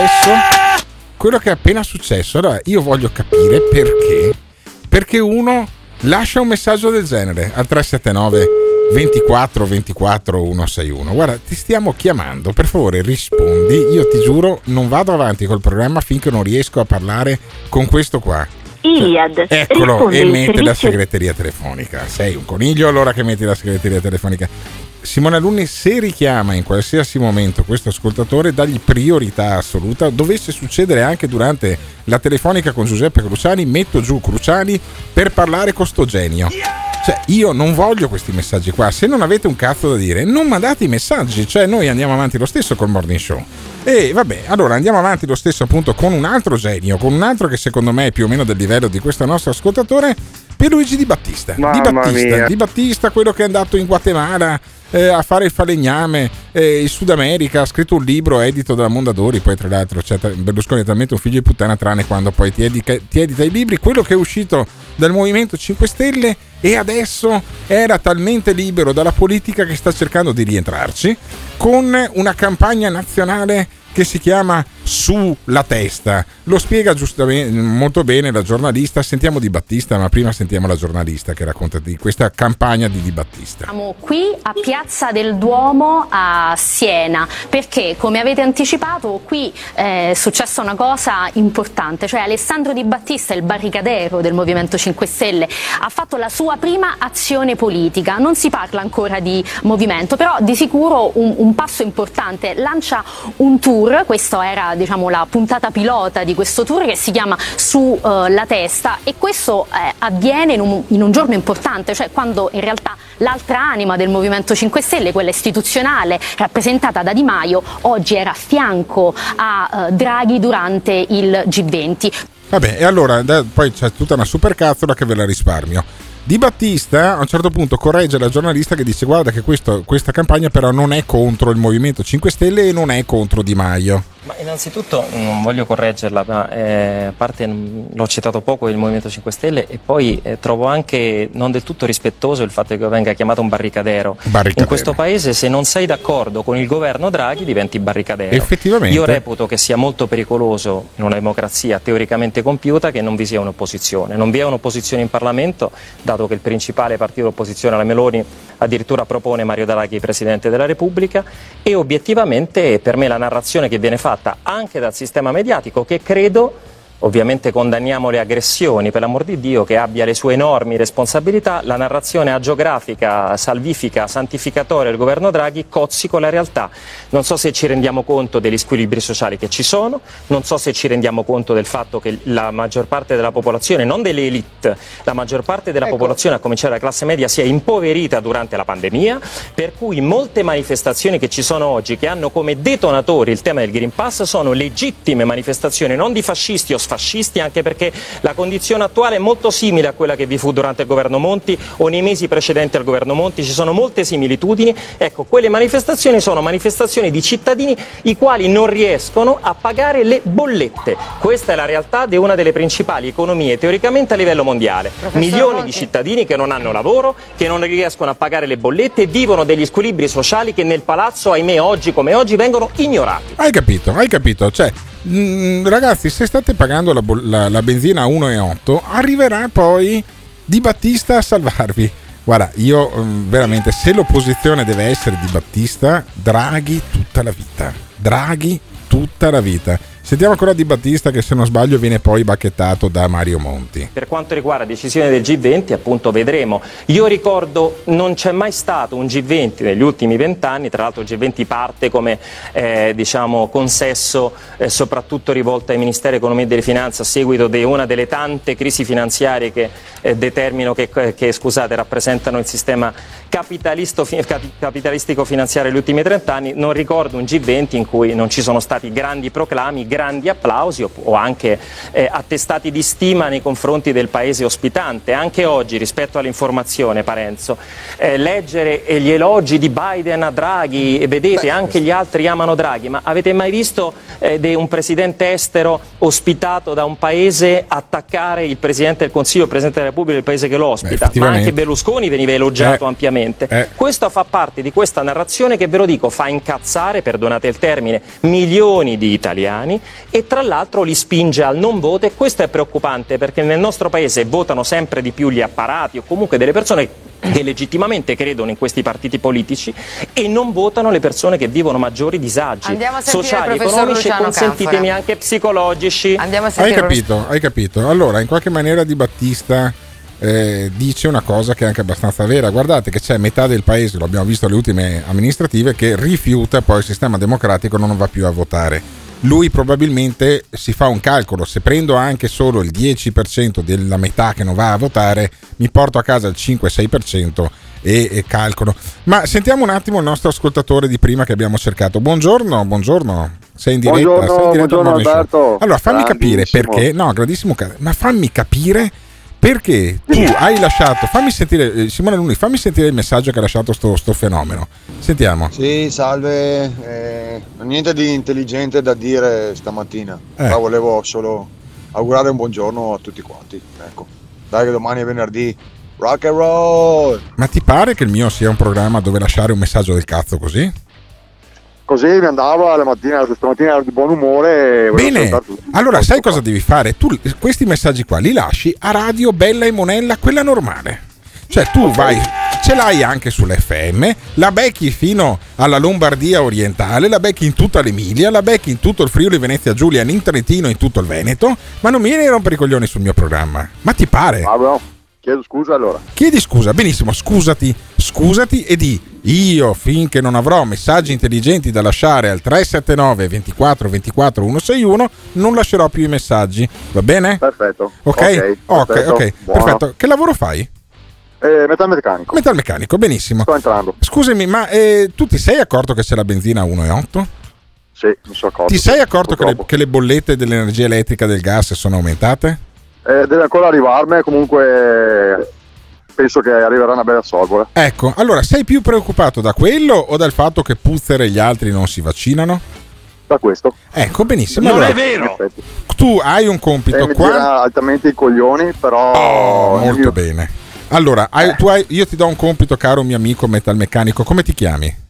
successo. Allora io voglio capire perché uno lascia un messaggio del genere al 379 24 24 161. Guarda, ti stiamo chiamando, per favore rispondi. Io ti giuro non vado avanti col programma finché non riesco a parlare con questo qua. Iliad, eccolo, e mette la segreteria telefonica. Sei un coniglio allora che metti la segreteria telefonica. Simona Lunni, se richiama in qualsiasi momento questo ascoltatore, dagli priorità assoluta. Dovesse succedere anche durante la telefonica con Giuseppe Cruciani, metto giù Cruciani per parlare con sto genio. Cioè, io non voglio questi messaggi qua. Se non avete un cazzo da dire, non mandate i messaggi. Cioè, noi andiamo avanti lo stesso col Morning Show. E vabbè, allora andiamo avanti lo stesso appunto con un altro genio, con un altro che secondo me è più o meno del livello di questo nostro ascoltatore. Pierluigi Di Battista. Di Battista, quello che è andato in Guatemala a fare il falegname in Sud America, ha scritto un libro edito dalla Mondadori, poi tra l'altro Berlusconi è talmente un figlio di puttana tranne quando poi ti edita i libri, quello che è uscito dal Movimento 5 Stelle e adesso era talmente libero dalla politica che sta cercando di rientrarci con una campagna nazionale che si chiama Su la testa. Lo spiega giustamente molto bene la giornalista. Sentiamo Di Battista, ma prima sentiamo la giornalista che racconta di questa campagna di Di Battista. Siamo qui a Piazza del Duomo a Siena perché, come avete anticipato, qui è successa una cosa importante, cioè Alessandro Di Battista, il barricadero del Movimento 5 Stelle, ha fatto la sua prima azione politica. Non si parla ancora di movimento, però di sicuro un passo importante. Lancia un tour, questa era la puntata pilota di questo tour che si chiama Su la testa, e questo avviene in un giorno importante, cioè quando in realtà l'altra anima del Movimento 5 Stelle, quella istituzionale rappresentata da Di Maio, oggi era a fianco a Draghi durante il G20. Vabbè, e allora poi c'è tutta una supercazzola che ve la risparmio. Di Battista a un certo punto corregge la giornalista che dice: guarda che questa campagna però non è contro il Movimento 5 Stelle e non è contro Di Maio. Ma innanzitutto non voglio correggerla, ma a parte l'ho citato poco il Movimento 5 Stelle, e poi trovo anche non del tutto rispettoso il fatto che venga chiamato un barricadero. In questo paese, se non sei d'accordo con il governo Draghi, diventi barricadero. Effettivamente. Io reputo che sia molto pericoloso in una democrazia teoricamente compiuta che non vi sia un'opposizione. Non vi è un'opposizione in Parlamento, dato che il principale partito d'opposizione alla Meloni addirittura propone Mario Draghi Presidente della Repubblica, e obiettivamente per me la narrazione che viene fatta anche dal sistema mediatico, che credo, ovviamente condanniamo le aggressioni, per l'amor di Dio, che abbia le sue enormi responsabilità, la narrazione agiografica, salvifica, santificatoria del governo Draghi cozzi con la realtà. Non so se ci rendiamo conto degli squilibri sociali che ci sono, non so se ci rendiamo conto del fatto che la maggior parte della popolazione, non delle elite, la maggior parte della popolazione, a cominciare dalla classe media, si è impoverita durante la pandemia, per cui molte manifestazioni che ci sono oggi, che hanno come detonatori il tema del Green Pass, sono legittime manifestazioni, non di fascisti o fascisti, anche perché la condizione attuale è molto simile a quella che vi fu durante il governo Monti o nei mesi precedenti al governo Monti, ci sono molte similitudini. Ecco, quelle manifestazioni sono manifestazioni di cittadini i quali non riescono a pagare le bollette. Questa è la realtà di una delle principali economie teoricamente a livello mondiale. Milioni di cittadini che non hanno lavoro, che non riescono a pagare le bollette e vivono degli squilibri sociali che nel palazzo, ahimè, oggi come oggi vengono ignorati. Hai capito, cioè ragazzi, se state pagando la benzina a 1,8, arriverà poi Di Battista a salvarvi. Guarda, io veramente, se l'opposizione deve essere Di Battista, Draghi tutta la vita. Sentiamo ancora Di Battista, che se non sbaglio viene poi bacchettato da Mario Monti. Per quanto riguarda la decisione del G20, appunto vedremo. Io ricordo, non c'è mai stato un G20 negli ultimi 20 anni, tra l'altro il G20 parte come consesso soprattutto rivolto ai Ministeri dell'Economia e delle Finanze a seguito di una delle tante crisi finanziarie che rappresentano il sistema capitalistico finanziario degli ultimi 30 anni. Non ricordo un G20 in cui non ci sono stati grandi proclami, grandi applausi o anche attestati di stima nei confronti del paese ospitante. Anche oggi, rispetto all'informazione, Parenzo, leggere gli elogi di Biden a Draghi, vedete, anche gli altri amano Draghi, ma avete mai visto un presidente estero ospitato da un paese attaccare il Presidente del Consiglio, il Presidente della Repubblica del paese che lo ospita? Ma anche Berlusconi veniva elogiato ampiamente. Questo fa parte di questa narrazione che, ve lo dico, fa incazzare, perdonate il termine, milioni di italiani, e tra l'altro li spinge al non voto, e questo è preoccupante perché nel nostro paese votano sempre di più gli apparati o comunque delle persone che legittimamente credono in questi partiti politici, e non votano le persone che vivono maggiori disagi sociali, economici e, consentitemi, anche psicologici. Hai capito. Allora, in qualche maniera Di Battista dice una cosa che è anche abbastanza vera. Guardate che c'è metà del paese, lo abbiamo visto alle ultime amministrative, che rifiuta poi il sistema democratico, non va più a votare. Lui probabilmente si fa un calcolo: se prendo anche solo il 10% della metà che non va a votare, mi porto a casa il 5-6% e calcolo. Ma sentiamo un attimo il nostro ascoltatore di prima che abbiamo cercato. Buongiorno. Sei in diretta? Buongiorno Alberto. Allora fammi capire perché, no, grandissimo, ma fammi capire perché tu hai lasciato, fammi sentire, Simone Alunni, fammi sentire il messaggio che ha lasciato sto fenomeno. Sentiamo. Sì, salve, niente di intelligente da dire stamattina, però volevo solo augurare un buongiorno a tutti quanti, ecco. Dai che domani è venerdì, rock and roll! Ma ti pare che il mio sia un programma dove lasciare un messaggio del cazzo così? Così mi andava stamattina ero di buon umore. Bene, allora sai cosa devi fare? Tu questi messaggi qua li lasci a Radio Bella e Monella, quella normale. Cioè tu vai, ce l'hai anche sull'FM, la becchi fino alla Lombardia orientale, la becchi in tutta l'Emilia, la becchi in tutto il Friuli Venezia Giulia, in Trentino, in tutto il Veneto, ma non mi vieni a rompere i coglioni sul mio programma. Ma ti pare? Ah, no. Chiedo scusa allora. Chiedi scusa, benissimo, scusati e di io finché non avrò messaggi intelligenti da lasciare al 379 24 24 161 non lascerò più i messaggi, va bene? Perfetto. Ok, perfetto. Che lavoro fai? Metalmeccanico. Metalmeccanico, benissimo. Sto entrando. Scusami, ma tu ti sei accorto che c'è la benzina a 1,8? Sì, mi sono accorto. Ti sei accorto che le bollette dell'energia elettrica e del gas sono aumentate? Deve ancora arrivarmi, comunque penso che arriverà una bella sorbola. Ecco, allora sei più preoccupato da quello o dal fatto che Puzzer e gli altri non si vaccinano? Da questo. Ecco, benissimo. Non allora, è vero! Tu hai un compito mi qua. tira altamente i coglioni, però... molto bene. Allora, io ti do un compito, caro mio amico metalmeccanico. Come ti chiami?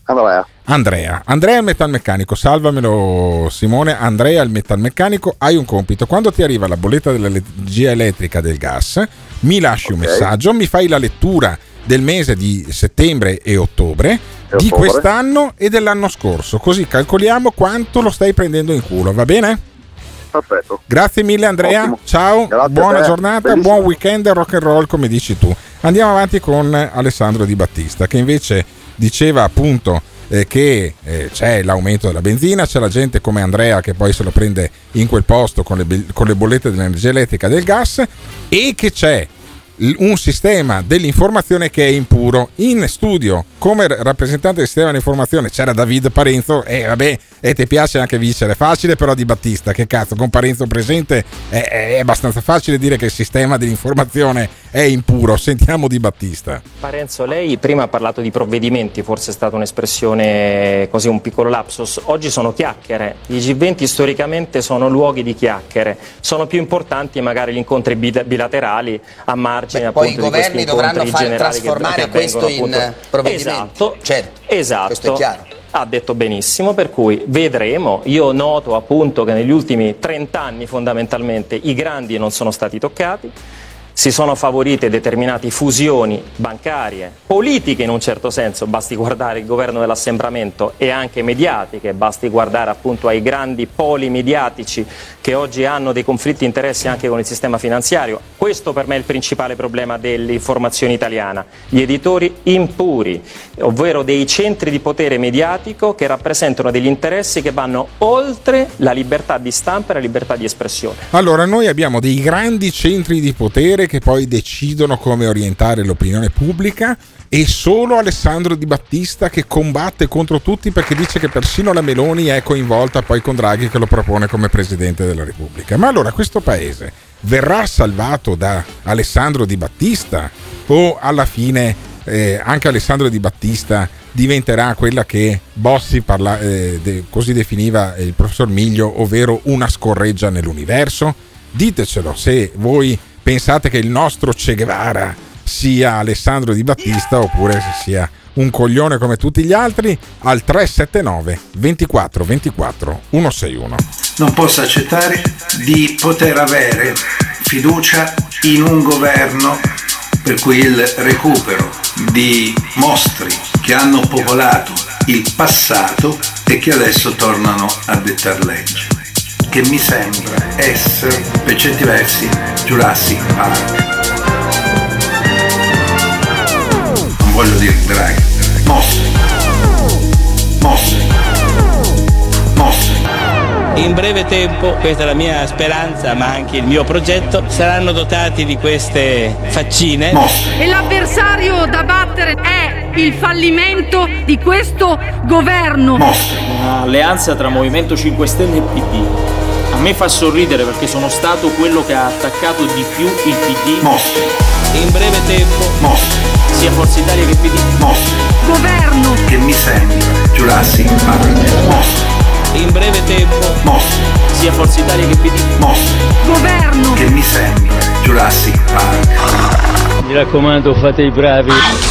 Andrea il metalmeccanico, salvamelo Simone. Andrea il metalmeccanico, hai un compito: quando ti arriva la bolletta dell'energia elettrica, del gas, mi lasci un messaggio, mi fai la lettura del mese di settembre e ottobre di quest'anno e dell'anno scorso, così calcoliamo quanto lo stai prendendo in culo, va bene? Perfetto. Grazie mille Andrea. Ottimo. Ciao. Grazie, buona giornata. Bellissimo. Buon weekend, rock and roll come dici tu. Andiamo avanti con Alessandro Di Battista, che invece diceva appunto che c'è l'aumento della benzina, c'è la gente come Andrea che poi se lo prende in quel posto con le bollette dell'energia elettrica e del gas, e che c'è un sistema dell'informazione che è impuro. In studio come rappresentante del sistema dell'informazione c'era David Parenzo, e ti piace anche vincere, facile. Però Di Battista, che cazzo, con Parenzo presente è abbastanza facile dire che il sistema dell'informazione è impuro. Sentiamo Di Battista. Parenzo, lei prima ha parlato di provvedimenti, forse è stata un'espressione così, un piccolo lapsus. Oggi sono chiacchiere, i G20 storicamente sono luoghi di chiacchiere, sono più importanti magari gli incontri bilaterali a margine. Poi i governi dovranno trasformare questo in provvedimenti. Esatto, certo, esatto. Questo è chiaro. Ha detto benissimo, per cui vedremo. Io noto appunto che negli ultimi 30 anni fondamentalmente i grandi non sono stati toccati. Si sono favorite determinate fusioni bancarie, politiche in un certo senso, basti guardare il governo dell'assembramento, e anche mediatiche, basti guardare appunto ai grandi poli mediatici che oggi hanno dei conflitti di interessi anche con il sistema finanziario. Questo per me è il principale problema dell'informazione italiana, gli editori impuri, ovvero dei centri di potere mediatico che rappresentano degli interessi che vanno oltre la libertà di stampa e la libertà di espressione. Allora, noi abbiamo dei grandi centri di potere che poi decidono come orientare l'opinione pubblica, e solo Alessandro Di Battista che combatte contro tutti, perché dice che persino la Meloni è coinvolta poi con Draghi che lo propone come Presidente della Repubblica. Ma allora questo paese verrà salvato da Alessandro Di Battista, o alla fine anche Alessandro Di Battista diventerà quella che Bossi così definiva il professor Miglio, ovvero una scorreggia nell'universo? Ditecelo se voi pensate che il nostro Che Guevara sia Alessandro Di Battista, oppure se sia un coglione come tutti gli altri, al 379 24 24 161. Non posso accettare di poter avere fiducia in un governo per cui il recupero di mostri che hanno popolato il passato e che adesso tornano a dettar legge, che mi sembra essere per certi versi Jurassic Park. Non voglio dire Draghi, mostri. In breve tempo, questa è la mia speranza ma anche il mio progetto, saranno dotati di queste faccine. E l'avversario da battere è il fallimento di questo governo. Un'alleanza tra Movimento 5 Stelle e PD A me fa sorridere perché sono stato quello che ha attaccato di più il PD. Mostri. E in breve tempo. Mostri. Sia Forza Italia che PD. Mostri. Governo. Che mi sembra Jurassic Park. Mostri. E in breve tempo. Mostri. Sia Forza Italia che PD. Mostri. Governo. Che mi sembra Jurassic Park. Mi raccomando, fate i bravi.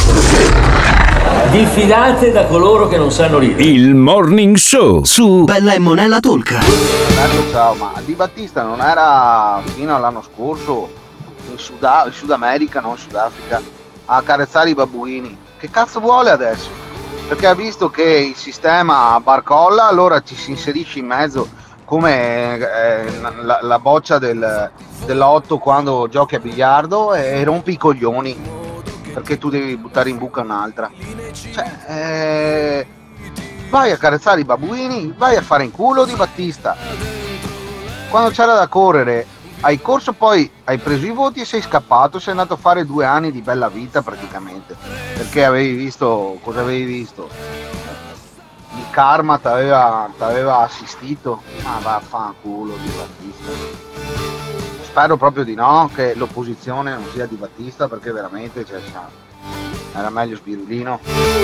Diffidate da coloro che non sanno ridere. Il Morning Show su Bella e Monella Talk. Ciao, ma Di Battista non era fino all'anno scorso in Sud America, non Sudafrica, a accarezzare i babbuini? Che cazzo vuole adesso? Perché ha visto che il sistema barcolla, allora ci si inserisce in mezzo come la boccia dell'8 quando giochi a biliardo e rompi i coglioni perché tu devi buttare in buca un'altra. Cioè, vai a carezzare i babbuini, vai a fare in culo Di Battista. Quando c'era da correre hai corso, poi hai preso i voti e sei scappato, sei andato a fare 2 anni di bella vita praticamente, perché avevi visto cosa avevi visto. Il karma t'aveva assistito. Ma vaffanculo Di Battista. Spero proprio di no, che l'opposizione non sia Di Battista, perché veramente era meglio Spirulino.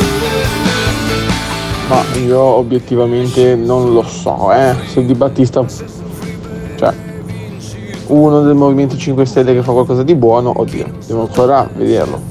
Ma io obiettivamente non lo so, se Di Battista, cioè uno del Movimento 5 Stelle che fa qualcosa di buono, oddio, devo ancora vederlo.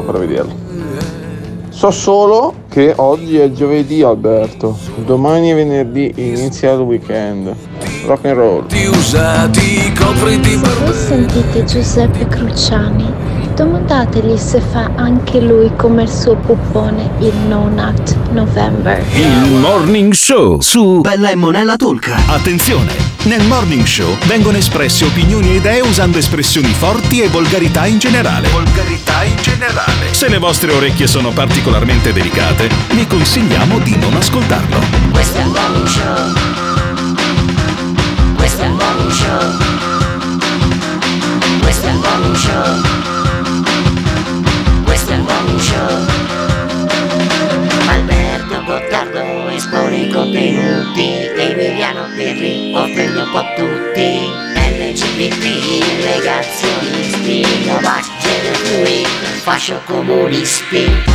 So solo che oggi è giovedì, Alberto, domani è venerdì, inizia il weekend. Rock and roll. Se voi sentite Giuseppe Cruciani, domandategli se fa anche lui come il suo puppone il No Nut November. Il Morning Show su Bella e Monella Talk. Attenzione! Nel Morning Show vengono espresse opinioni e idee usando espressioni forti e volgarità in generale. Se le vostre orecchie sono particolarmente delicate, vi consigliamo di non ascoltarlo. Questo è il Morning Show. Questo è il Morning Show. Questo è il Morning Show. Questo è il Morning Show. Alberto Gottardo espone i contenuti, Emiliano Pirri offende un po' tutti. LGBT, negazionisti, Novak, gender fluid, fascio comunisti.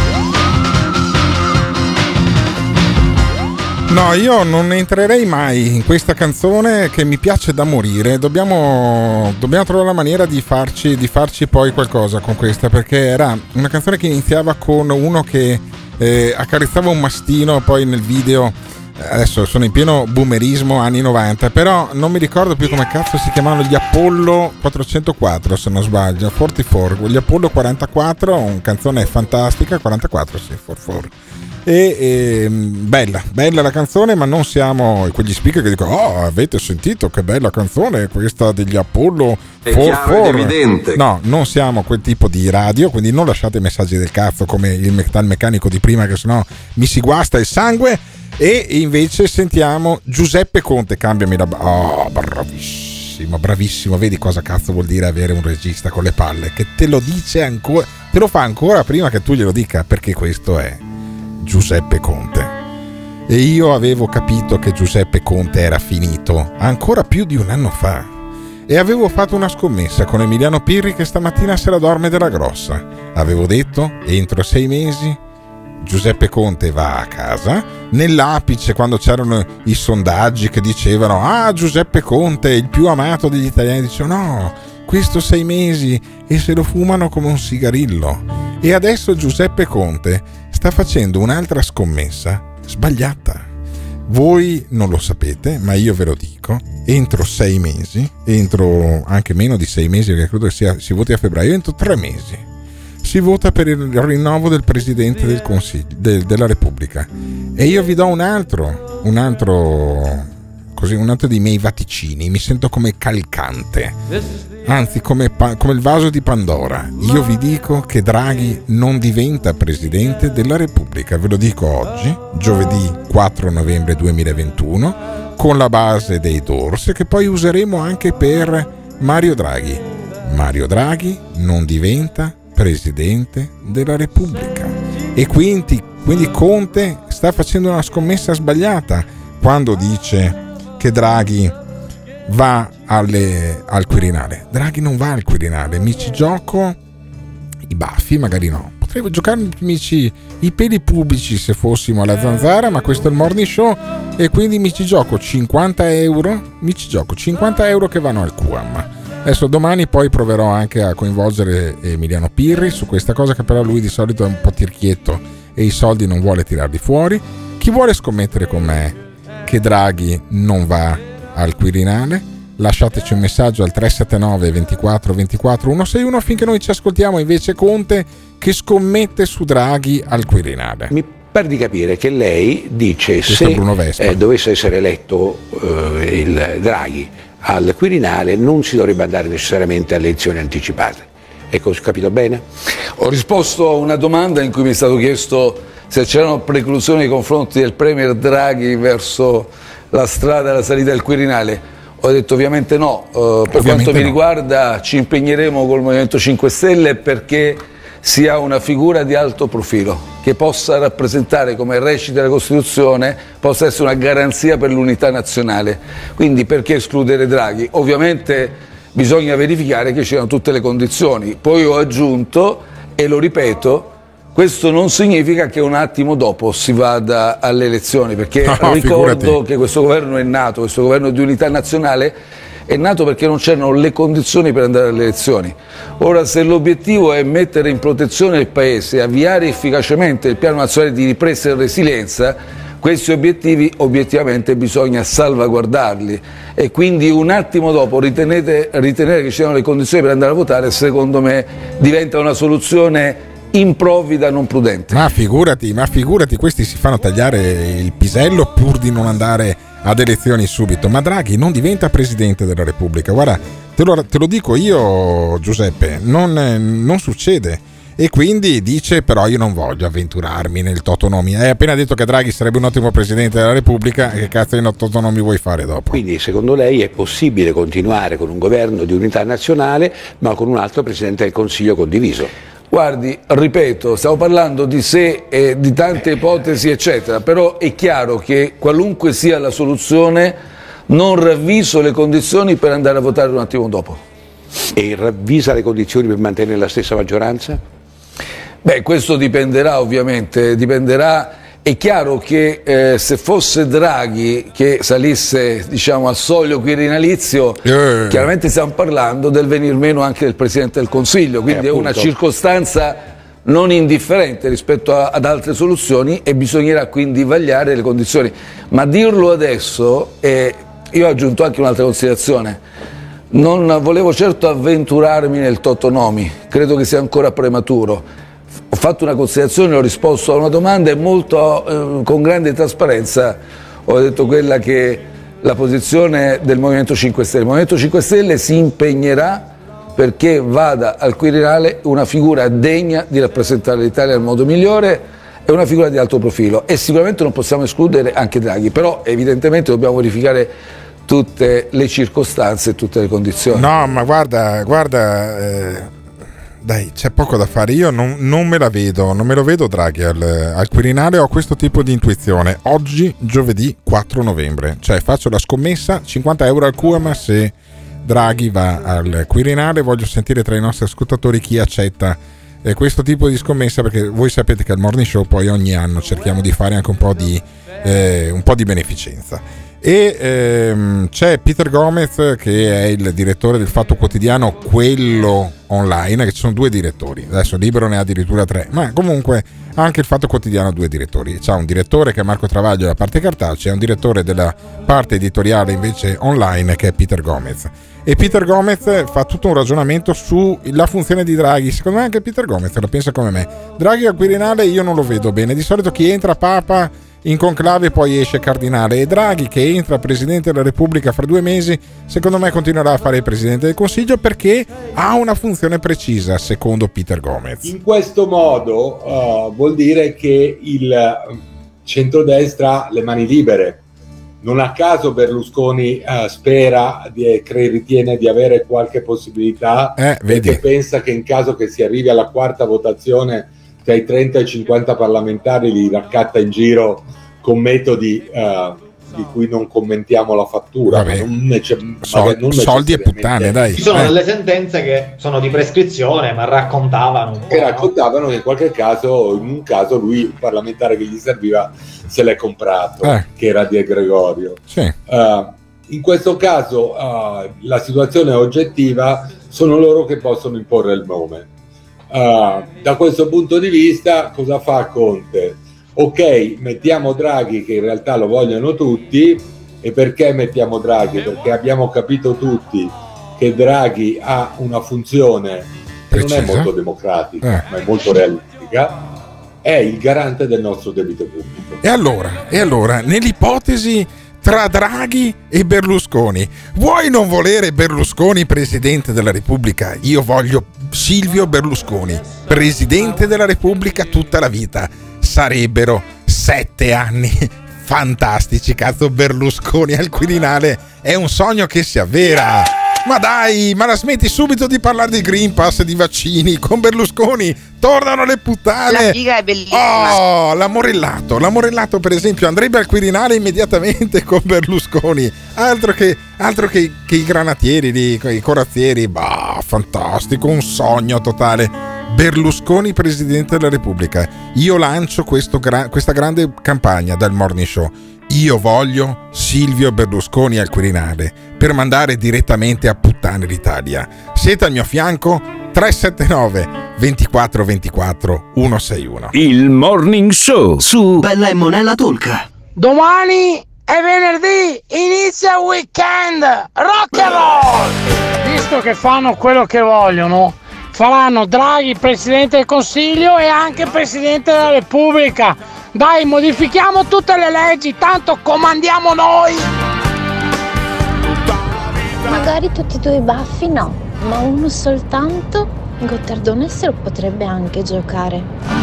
No, io non entrerei mai in questa canzone che mi piace da morire. Dobbiamo trovare la maniera di farci poi qualcosa con questa, perché era una canzone che iniziava con uno che accarezzava un mastino, poi nel video, adesso sono in pieno boomerismo anni 90, però non mi ricordo più come cazzo si chiamavano, gli Apollo 404 se non sbaglio, 44, gli Apollo 44, una canzone fantastica, 44 sì, 44. E bella la canzone, ma non siamo quegli speaker che dicono: oh, avete sentito che bella canzone questa degli Apollo 44. No, non siamo quel tipo di radio, quindi non lasciate messaggi del cazzo come il metalmeccanico di prima, che sennò mi si guasta il sangue. E invece sentiamo Giuseppe Conte, cambiami la... Oh, bravissimo, vedi cosa cazzo vuol dire avere un regista con le palle che te lo dice ancora, te lo fa ancora prima che tu glielo dica, perché questo è Giuseppe Conte. E io avevo capito che Giuseppe Conte era finito ancora più di un anno fa, e avevo fatto una scommessa con Emiliano Pirri che stamattina se la dorme della grossa. Avevo detto: entro 6 mesi Giuseppe Conte va a casa. Nell'apice, quando c'erano i sondaggi che dicevano: ah, Giuseppe Conte è il più amato degli italiani, dicevo: no, questo 6 mesi e se lo fumano come un sigarillo. E adesso Giuseppe Conte sta facendo un'altra scommessa sbagliata. Voi non lo sapete, ma io ve lo dico: entro 6 mesi, entro anche meno di 6 mesi, perché credo che si voti a febbraio, entro 3 mesi si vota per il rinnovo del Presidente del Consiglio della Repubblica. E io vi do un altro dei miei vaticini. Mi sento come calcante, anzi come il vaso di Pandora. Io vi dico che Draghi non diventa Presidente della Repubblica. Ve lo dico oggi, giovedì 4 novembre 2021, con la base dei Doors, che poi useremo anche per Mario Draghi. Mario Draghi non diventa Presidente della Repubblica. E quindi Conte sta facendo una scommessa sbagliata quando dice che Draghi va al Quirinale. Draghi non va al Quirinale. Mi ci gioco i baffi, magari no. Potrei giocare i peli pubblici se fossimo alla Zanzara, ma questo è il Morning Show e quindi mi ci gioco 50 euro. Mi ci gioco 50 euro che vanno al QAM. Adesso domani poi proverò anche a coinvolgere Emiliano Pirri su questa cosa, che però lui di solito è un po' tirchietto e i soldi non vuole tirarli fuori. Chi vuole scommettere con me che Draghi non va al Quirinale? Lasciateci un messaggio al 379 24 24 161 affinché noi ci ascoltiamo invece Conte che scommette su Draghi al Quirinale. Mi pare di capire che lei dice se dovesse essere eletto il Draghi al Quirinale non si dovrebbe andare necessariamente a elezioni anticipate. Ecco, ho capito bene? Ho risposto a una domanda in cui mi è stato chiesto se c'erano preclusioni nei confronti del Premier Draghi verso la strada della salita del Quirinale. Ho detto ovviamente no. Per quanto mi riguarda ci impegneremo col Movimento 5 Stelle perché sia una figura di alto profilo, che possa rappresentare, come recita la Costituzione, possa essere una garanzia per l'unità nazionale. Quindi perché escludere Draghi? Ovviamente bisogna verificare che ci siano tutte le condizioni. Poi ho aggiunto, e lo ripeto, questo non significa che un attimo dopo si vada alle elezioni, perché ricordo che questo governo è nato, questo governo di unità nazionale è nato perché non c'erano le condizioni per andare alle elezioni. Ora, se l'obiettivo è mettere in protezione il Paese, avviare efficacemente il Piano Nazionale di Ripresa e Resilienza, questi obiettivi obiettivamente bisogna salvaguardarli e quindi un attimo dopo ritenere che ci siano le condizioni per andare a votare, secondo me diventa una soluzione improvvida, non prudente. Ma figurati, questi si fanno tagliare il pisello pur di non andare ad elezioni subito. Ma Draghi non diventa Presidente della Repubblica. Guarda, te lo dico io, Giuseppe, non succede. E quindi dice, però io non voglio avventurarmi nel totonomi. Hai appena detto che Draghi sarebbe un ottimo Presidente della Repubblica, che cazzo di totonomi vuoi fare dopo? Quindi secondo lei è possibile continuare con un governo di unità nazionale ma con un altro Presidente del Consiglio condiviso? Guardi, ripeto, stiamo parlando di sé e di tante ipotesi eccetera, però è chiaro che qualunque sia la soluzione non ravviso le condizioni per andare a votare un attimo dopo. E ravvisa le condizioni per mantenere la stessa maggioranza? Beh, questo dipenderà ovviamente, è chiaro che se fosse Draghi che salisse diciamo al soglio quirinalizio, chiaramente stiamo parlando del venir meno anche del Presidente del Consiglio, quindi è una circostanza non indifferente rispetto ad altre soluzioni e bisognerà quindi vagliare le condizioni. Ma dirlo adesso, io ho aggiunto anche un'altra considerazione, non volevo certo avventurarmi nel totonomi, credo che sia ancora prematuro. Ho fatto una considerazione, ho risposto a una domanda e molto con grande trasparenza ho detto quella che la posizione del Movimento 5 Stelle. Il Movimento 5 Stelle si impegnerà perché vada al Quirinale una figura degna di rappresentare l'Italia nel modo migliore e una figura di alto profilo. E sicuramente non possiamo escludere anche Draghi, però evidentemente dobbiamo verificare tutte le circostanze e tutte le condizioni. No, ma guarda, dai, c'è poco da fare. Io non me lo vedo Draghi al Quirinale. Ho questo tipo di intuizione. Oggi, giovedì 4 novembre, cioè faccio la scommessa, 50 euro al QAM se Draghi va al Quirinale. Voglio sentire tra i nostri ascoltatori chi accetta questo tipo di scommessa, perché voi sapete che al Morning Show poi ogni anno cerchiamo di fare anche un po' di beneficenza. E c'è Peter Gomez che è il direttore del Fatto Quotidiano, quello online, che ci sono due direttori, adesso Libero ne ha addirittura 3, ma comunque anche il Fatto Quotidiano ha due direttori. C'ha un direttore che è Marco Travaglio della parte cartacea e un direttore della parte editoriale invece online che è Peter Gomez. E Peter Gomez fa tutto un ragionamento sulla funzione di Draghi. Secondo me anche Peter Gomez la pensa come me. Draghi al Quirinale io non lo vedo bene, di solito chi entra Papa in conclave poi esce cardinale, e Draghi che entra Presidente della Repubblica fra 2 mesi secondo me continuerà a fare il Presidente del Consiglio perché ha una funzione precisa secondo Peter Gomez. In questo modo vuol dire che il centrodestra ha le mani libere. Non a caso Berlusconi spera ritiene di avere qualche possibilità perché pensa che in caso che si arrivi alla quarta votazione tra i 30 e i 50 parlamentari li raccatta in giro con metodi di cui non commentiamo la fattura. Soldi e puttane, dai. Ci sono delle sentenze che sono di prescrizione, ma raccontavano un po'. Raccontavano che in qualche caso, in un caso, lui, un parlamentare che gli serviva, se l'è comprato, che era di Gregorio. Sì. In questo caso la situazione è oggettiva, sono loro che possono imporre il nome. Da questo punto di vista, cosa fa Conte? Ok, mettiamo Draghi, che in realtà lo vogliono tutti. E perché mettiamo Draghi? Perché abbiamo capito tutti che Draghi ha una funzione che non è molto democratica, ma è molto realistica, è il garante del nostro debito pubblico. E allora, nell'ipotesi tra Draghi e Berlusconi, vuoi non volere Berlusconi Presidente della Repubblica? Io voglio Silvio Berlusconi Presidente della Repubblica tutta la vita. Sarebbero 7 anni fantastici, cazzo. Berlusconi al Quirinale è un sogno che si avvera. Ma dai, ma la smetti subito di parlare di Green Pass e di vaccini. Con Berlusconi tornano le puttane. La figa è bellissima. Oh, l'amorellato per esempio andrebbe al Quirinale immediatamente con Berlusconi. Altro che i granatieri lì, i corazzieri. Bah, fantastico, un sogno totale. Berlusconi Presidente della Repubblica. Io lancio questa grande campagna dal Morning Show. Io voglio Silvio Berlusconi al Quirinale per mandare direttamente a puttane l'Italia. Siete al mio fianco? 379 24 24 161. Il Morning Show su Bella e Monella Talk. Domani è venerdì, inizia il weekend, rock and roll! Visto che fanno quello che vogliono, faranno Draghi Presidente del Consiglio e anche Presidente della Repubblica. Dai, modifichiamo tutte le leggi, tanto comandiamo noi! Magari tutti e due i baffi no, ma uno soltanto? Gottardone se lo potrebbe anche giocare.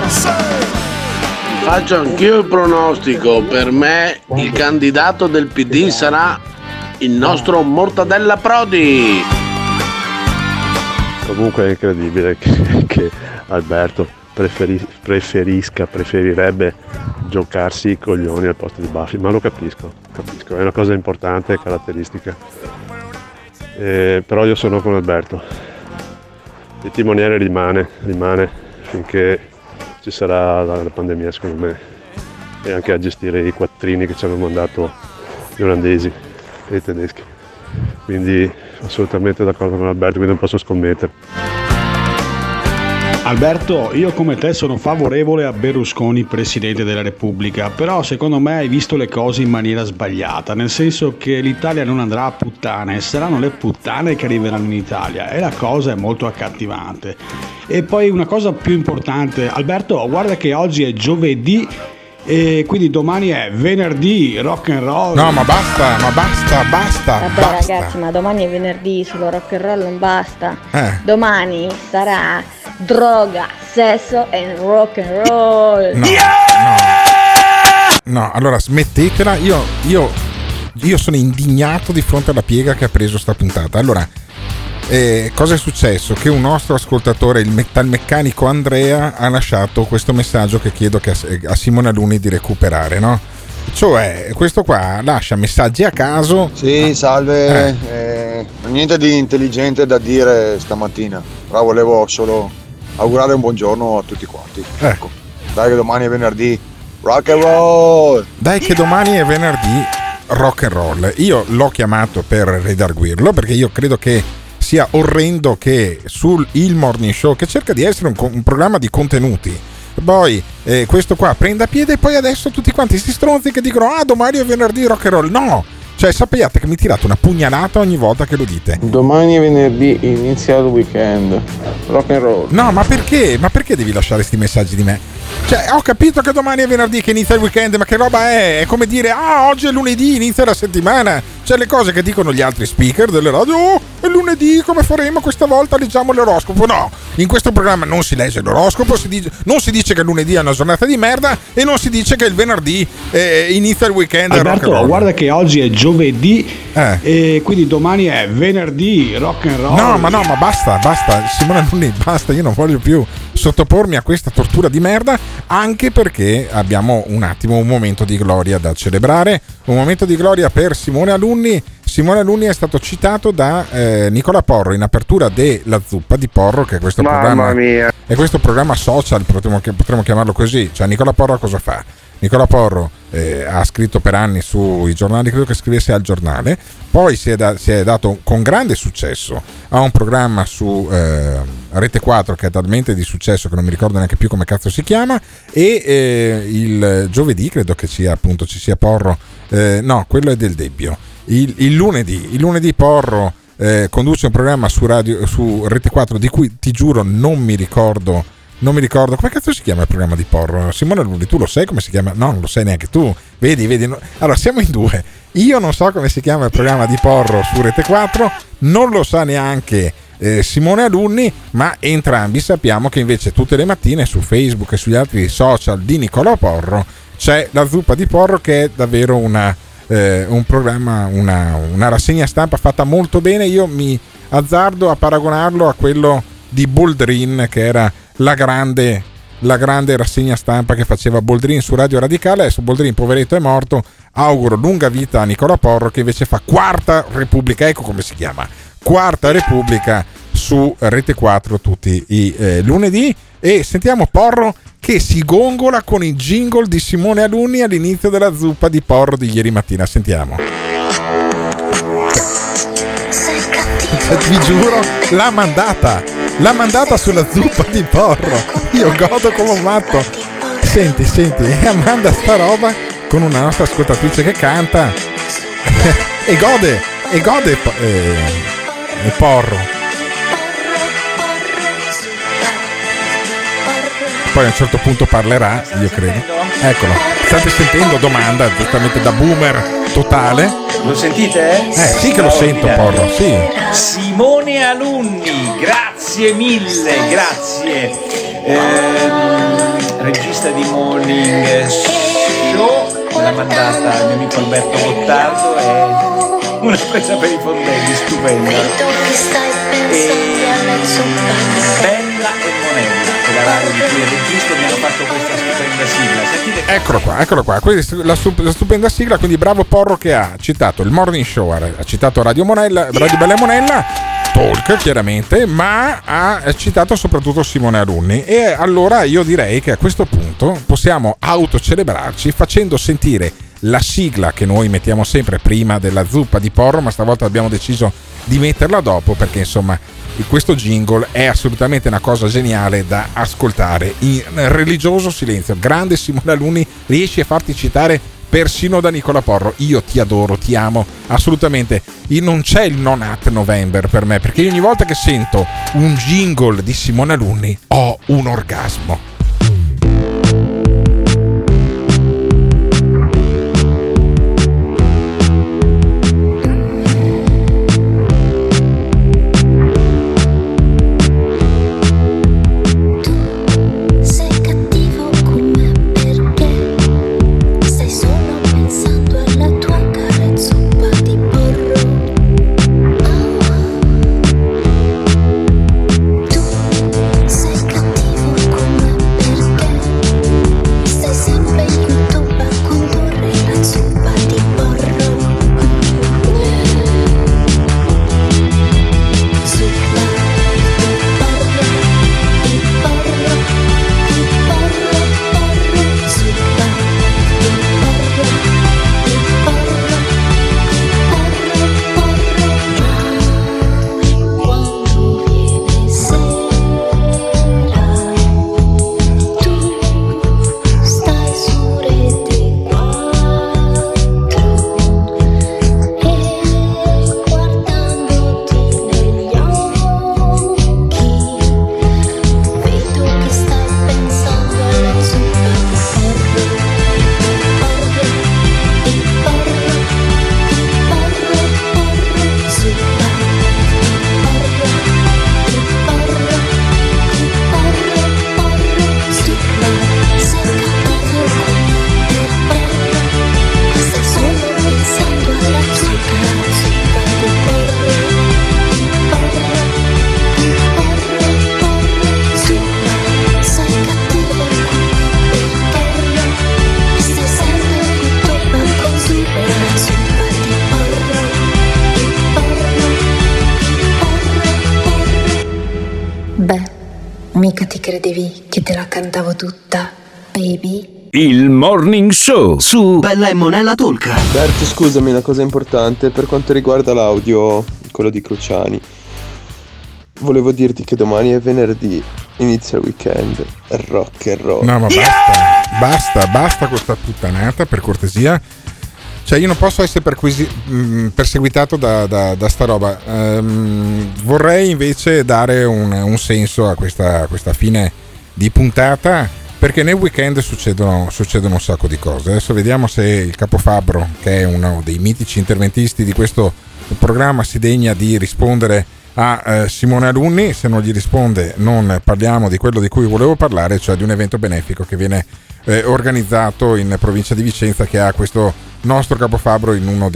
Faccio anch'io il pronostico. Per me il candidato del PD sarà il nostro Mortadella Prodi. Comunque è incredibile che Alberto preferirebbe giocarsi i coglioni al posto di baffi, ma lo capisco, è una cosa importante e caratteristica. Però io sono con Alberto. Il timoniere rimane finché ci sarà la pandemia, secondo me, e anche a gestire i quattrini che ci hanno mandato gli olandesi e i tedeschi. Quindi assolutamente d'accordo con Alberto, quindi non posso scommettere. Alberto, io come te sono favorevole a Berlusconi Presidente della Repubblica, però secondo me hai visto le cose in maniera sbagliata, nel senso che l'Italia non andrà a puttane, saranno le puttane che arriveranno in Italia e la cosa è molto accattivante. E poi una cosa più importante, Alberto, guarda che oggi è giovedì e quindi domani è venerdì, rock and roll. No, ma basta. Vabbè basta. ragazzi, ma domani è venerdì, solo rock and roll non basta. Domani sarà droga, sesso e rock and roll. No, allora smettetela. Io sono indignato di fronte alla piega che ha preso sta puntata. Allora, cosa è successo? Che un nostro ascoltatore, il metalmeccanico Andrea, ha lasciato questo messaggio che chiedo a Simone Alunni di recuperare, no? Cioè, questo qua lascia messaggi a caso. Sì, salve. Niente di intelligente da dire stamattina. Però volevo solo augurare un buongiorno a tutti quanti. Ecco. Dai che domani è venerdì. Rock and roll! Dai che domani è venerdì. Rock and roll. Io l'ho chiamato per redarguirlo perché io credo che sia orrendo che sul Il Morning Show, che cerca di essere un programma di contenuti, poi questo qua prenda piede e poi adesso tutti quanti sti stronzi che dicono domani è venerdì rock and roll. No, cioè sappiate che mi tirate una pugnalata ogni volta che lo dite. Domani è venerdì, inizia il weekend, rock and roll. No, ma perché devi lasciare sti messaggi di me? Cioè, ho capito che domani è venerdì, che inizia il weekend, ma che roba è? È come dire oggi è lunedì, inizia la settimana. Cioè, le cose che dicono gli altri speaker delle radio, è lunedì lunedì come faremo questa volta, leggiamo l'oroscopo. No, in questo programma non si legge l'oroscopo, non si dice che lunedì è una giornata di merda e non si dice che il venerdì inizia il weekend. Alberto, guarda che oggi è giovedì e quindi domani è venerdì, rock and roll. No, ma basta, Simone Alunni, basta, io non voglio più sottopormi a questa tortura di merda, anche perché abbiamo un momento di gloria da celebrare, un momento di gloria per Simone Alunni. Simone Alunni è stato citato da Nicola Porro in apertura della Zuppa di Porro, che è questo programma, è questo programma social, potremmo chiamarlo così. Cioè, Nicola Porro cosa fa? Nicola Porro ha scritto per anni sui giornali, credo che scrivesse al Giornale, poi si è dato con grande successo a un programma su Rete 4 che è talmente di successo che non mi ricordo neanche più come cazzo si chiama, e il giovedì credo che ci sia Porro, no, quello è del Debbio. Il lunedì Porro conduce un programma su Rete 4 di cui ti giuro non mi ricordo come cazzo si chiama il programma di Porro. Simone Alunni, tu lo sai come si chiama? No, non lo sai neanche tu. Vedi. Allora siamo in due. Io non so come si chiama il programma di Porro su Rete 4, non lo sa neanche Simone Alunni, ma entrambi sappiamo che invece tutte le mattine su Facebook e sugli altri social di Nicola Porro c'è la Zuppa di Porro, che è davvero un programma, una rassegna stampa fatta molto bene. Io mi azzardo a paragonarlo a quello di Boldrin, che era la grande rassegna stampa che faceva Boldrin su Radio Radicale. Adesso Boldrin, poveretto, è morto. Auguro lunga vita a Nicola Porro, che invece fa Quarta Repubblica, ecco come si chiama, Quarta Repubblica su Rete 4 tutti i lunedì. E sentiamo Porro che si gongola con il jingle di Simone Alunni all'inizio della Zuppa di Porro di ieri mattina. Sentiamo. Vi giuro, l'ha mandata sulla Zuppa di Porro. Io godo come un matto. Senti, e manda sta roba con una nostra ascoltatrice che canta e gode Porro. Poi a un certo punto parlerà, io credo. Eccolo, state sentendo? Domanda giustamente da boomer totale. Lo sentite? Sì che lo sento, Porro, sì. Simone Alunni, grazie mille, grazie. Regista di Morning Show, me l'ha mandata il mio amico Alberto Gottardo, è una presa per i fondelli, stupenda. Bella e Monella, che la radio di cui il regista mi hanno fatto questa stupenda sigla. Sentite. Eccolo qua. La stupenda sigla, quindi bravo Porro, che ha citato il Morning Show, ha citato Radio Bella e Monella, Talk chiaramente, ma ha citato soprattutto Simone Alunni. E allora io direi che a questo punto possiamo autocelebrarci facendo sentire la sigla che noi mettiamo sempre prima della Zuppa di Porro, ma stavolta abbiamo deciso di metterla dopo perché insomma questo jingle è assolutamente una cosa geniale da ascoltare in religioso silenzio. Grande Simone Alunni, riesci a farti citare persino da Nicola Porro. Io ti adoro, ti amo assolutamente. Non c'è il non at November per me, perché ogni volta che sento un jingle di Simone Alunni ho un orgasmo. Sei cattivo come mica ti credevi che te la cantavo tutta, baby? Il Morning Show su Bella e Monella Talk. Berto, scusami, una cosa importante per quanto riguarda l'audio, quello di Cruciani. Volevo dirti che domani è venerdì, inizia il weekend, rock and roll. No, ma basta con sta puttanata, per cortesia. Cioè, io non posso essere perseguitato da sta roba. Vorrei invece dare un senso a questa fine di puntata, perché nel weekend succedono un sacco di cose. Adesso vediamo se il Capo Fabbro, che è uno dei mitici interventisti di questo programma, si degna di rispondere a Simone Alunni. Se non gli risponde, non parliamo di quello di cui volevo parlare, cioè di un evento benefico che viene organizzato in provincia di Vicenza, che ha questo nostro Capofabbro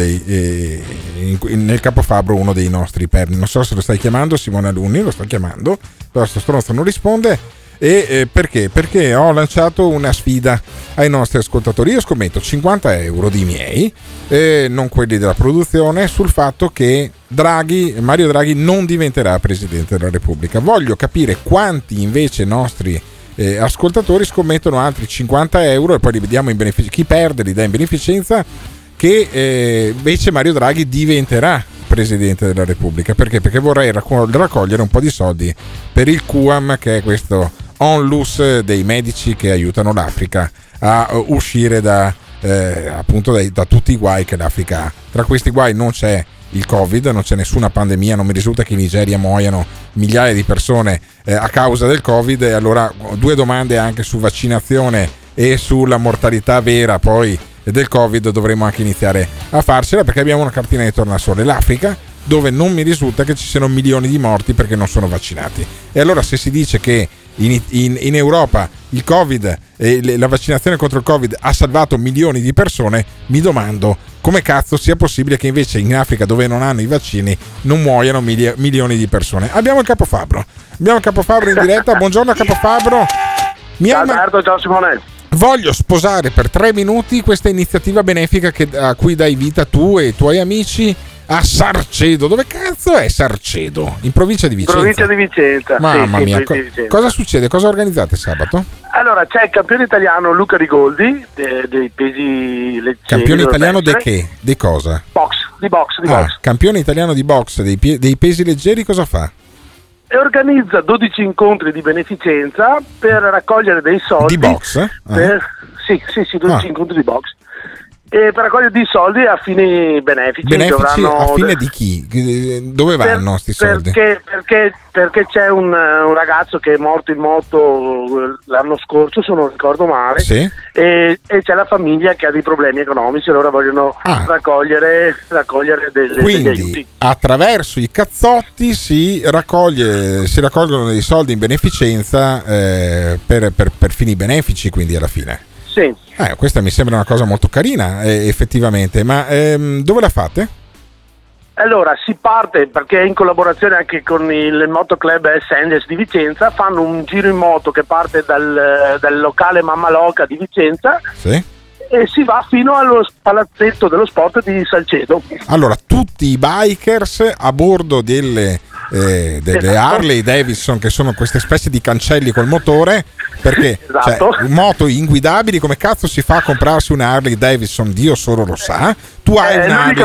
nel Capofabbro uno dei nostri perni. Non so se lo stai chiamando Simone Alunni, lo sto chiamando, però sto stronzo non risponde. E perché? Perché ho lanciato una sfida ai nostri ascoltatori. Io scommetto 50 euro di miei, non quelli della produzione, sul fatto che Mario Draghi non diventerà Presidente della Repubblica. Voglio capire quanti invece nostri ascoltatori scommettono altri 50 euro e poi li vediamo in beneficenza. Chi perde li dà in beneficenza, che invece Mario Draghi diventerà Presidente della Repubblica. Perché? Perché vorrei raccogliere un po' di soldi per il QAM, che è questo onlus dei medici che aiutano l'Africa a uscire da tutti i guai che l'Africa ha. Tra questi guai non c'è il Covid, non c'è nessuna pandemia, non mi risulta che in Nigeria muoiano migliaia di persone a causa del Covid. E allora due domande anche su vaccinazione e sulla mortalità vera poi del Covid dovremmo anche iniziare a farcela, perché abbiamo una cartina di tornasole: l'Africa, dove non mi risulta che ci siano milioni di morti perché non sono vaccinati. E allora, se si dice che in Europa il Covid e la vaccinazione contro il Covid ha salvato milioni di persone, mi domando come cazzo sia possibile che invece in Africa, dove non hanno i vaccini, non muoiano milioni di persone. Abbiamo il Capofabbro in diretta. Buongiorno Capofabbro. Ciao Alberto, ciao Simone. Voglio sposare per 3 minuti questa iniziativa benefica a cui dai vita tu e i tuoi amici a Sarcedo. Dove cazzo è Sarcedo? In provincia di Vicenza. Provincia di Vicenza. Mamma mia, di Vicenza. Cosa succede? Cosa organizzate sabato? Allora, c'è il campione italiano Luca Rigoldi dei pesi leggeri. Campione italiano di che? Di cosa? Di box. Campione italiano di box dei pesi leggeri, cosa fa? E organizza 12 incontri di beneficenza per raccogliere dei soldi. Di box? Sì, 12 incontri di box. E per raccogliere dei soldi a fini benefici. A fine di chi? Dove vanno questi soldi? Perché c'è un ragazzo che è morto in moto l'anno scorso, se non ricordo male, sì? e c'è la famiglia che ha dei problemi economici, allora vogliono raccogliere degli aiuti. Quindi attraverso i cazzotti si raccolgono dei soldi in beneficenza per fini benefici, quindi alla fine. Sì. Questa mi sembra una cosa molto carina, effettivamente, ma dove la fate? Allora, si parte perché in collaborazione anche con il motoclub Sanders di Vicenza fanno un giro in moto che parte dal locale Mamma Loca di Vicenza, sì, e si va fino allo palazzetto dello sport di Salcedo. Allora, tutti i bikers a bordo delle Harley Davidson, che sono queste specie di cancelli col motore, perché esatto, moto inguidabili. Come cazzo si fa a comprarsi una Harley Davidson? Dio solo lo sa. Tu hai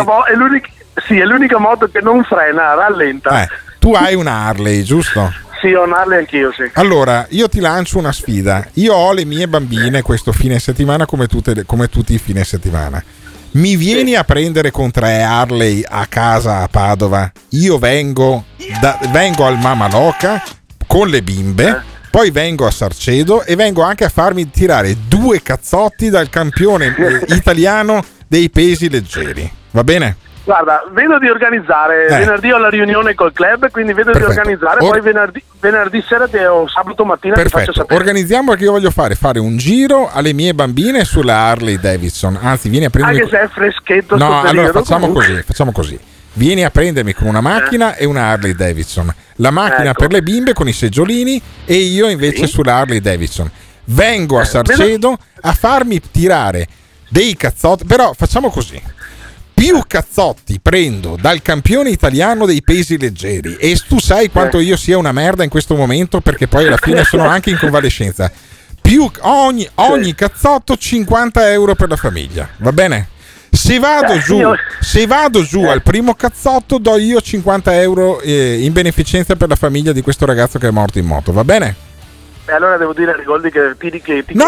è l'unica moto che non frena, rallenta. Tu hai una Harley, giusto? Sì, ho un Harley anch'io, sì. Allora, io ti lancio una sfida. Io ho le mie bambine questo fine settimana, come tutti i fine settimana. Mi vieni a prendere con 3 Harley a casa a Padova? Io vengo al Mamma Loca con le bimbe, poi vengo a Sarcedo e vengo anche a farmi tirare 2 cazzotti dal campione italiano dei pesi leggeri. Va bene? Guarda, vedo di organizzare, venerdì ho la riunione col club, quindi vedo di organizzare, poi venerdì sera o sabato mattina ti faccio sapere. Organizziamo, perché io voglio fare un giro alle mie bambine sulla Harley Davidson. Anzi, vieni a prendermi. Anche se è freschetto. No, allora facciamo così. Vieni a prendermi con una macchina e una Harley Davidson. La macchina per le bimbe con i seggiolini e io invece sulla Harley Davidson. Vengo a Sarcedo a farmi tirare dei cazzotti, però facciamo così. più cazzotti prendo dal campione italiano dei pesi leggeri, e tu sai quanto io sia una merda in questo momento, perché poi alla fine sono anche in convalescenza, più ogni cazzotto 50 euro per la famiglia, va bene? Se vado giù al primo cazzotto do io 50 euro in beneficenza per la famiglia di questo ragazzo che è morto in moto, va bene? E allora devo dire a Rigoldi che ti No.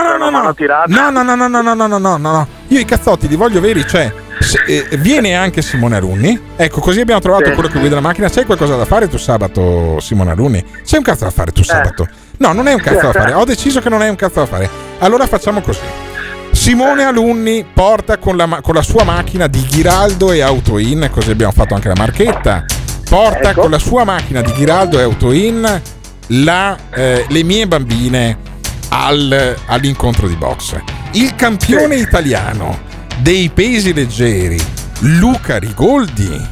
Io i cazzotti li voglio veri, cioè viene anche Simone Alunni, ecco, così abbiamo trovato quello che guida la macchina. C'hai qualcosa da fare tu sabato, Simone Alunni? C'hai un cazzo da fare tu sabato? No, non è un cazzo da fare, ho deciso che non è un cazzo da fare. Allora facciamo così: Simone Alunni porta con la sua macchina di Ghiraldo e Autoin, così abbiamo fatto anche la marchetta, porta con la sua macchina di Ghiraldo e Autoin le mie bambine all'incontro di box. Il campione italiano dei pesi leggeri, Luca Rigoldi,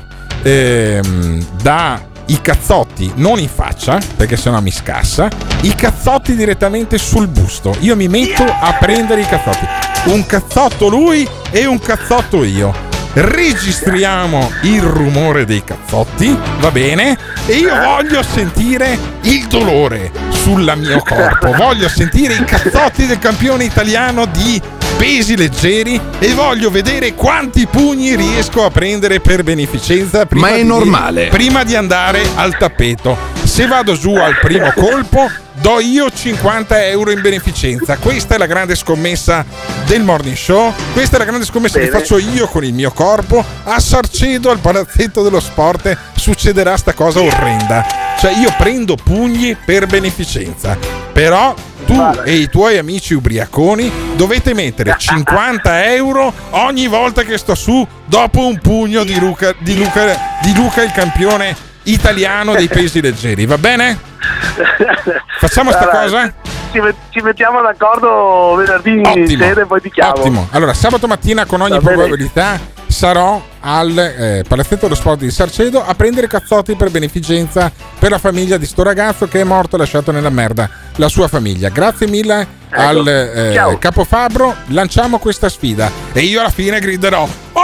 dà i cazzotti non in faccia, perché sennò mi scassa, i cazzotti direttamente sul busto. Io mi metto a prendere i cazzotti, un cazzotto lui e un cazzotto io. Registriamo il rumore dei cazzotti, va bene? E io voglio sentire il dolore sul mio corpo, voglio sentire i cazzotti del campione italiano di pesi leggeri e voglio vedere quanti pugni riesco a prendere per beneficenza prima di andare al tappeto. Se vado giù al primo colpo do io 50 euro in beneficenza. Questa è la grande scommessa del Morning Show, questa è la grande scommessa che faccio io con il mio corpo. A Sarcedo, al Palazzetto dello Sport, succederà sta cosa orrenda, cioè io prendo pugni per beneficenza, però tu e i tuoi amici ubriaconi dovete mettere 50 euro ogni volta che sto su dopo un pugno di Luca il campione italiano dei pesi leggeri, va bene? Facciamo sta cosa? Ci mettiamo d'accordo venerdì in sede e poi ti chiamo. Ottimo. Allora, sabato mattina con ogni probabilità sarò al Palazzetto dello Sport di Sarcedo a prendere cazzotti per beneficenza per la famiglia di sto ragazzo che è morto e lasciato nella merda la sua famiglia. Grazie mille al Capofabbro, lanciamo questa sfida e io alla fine griderò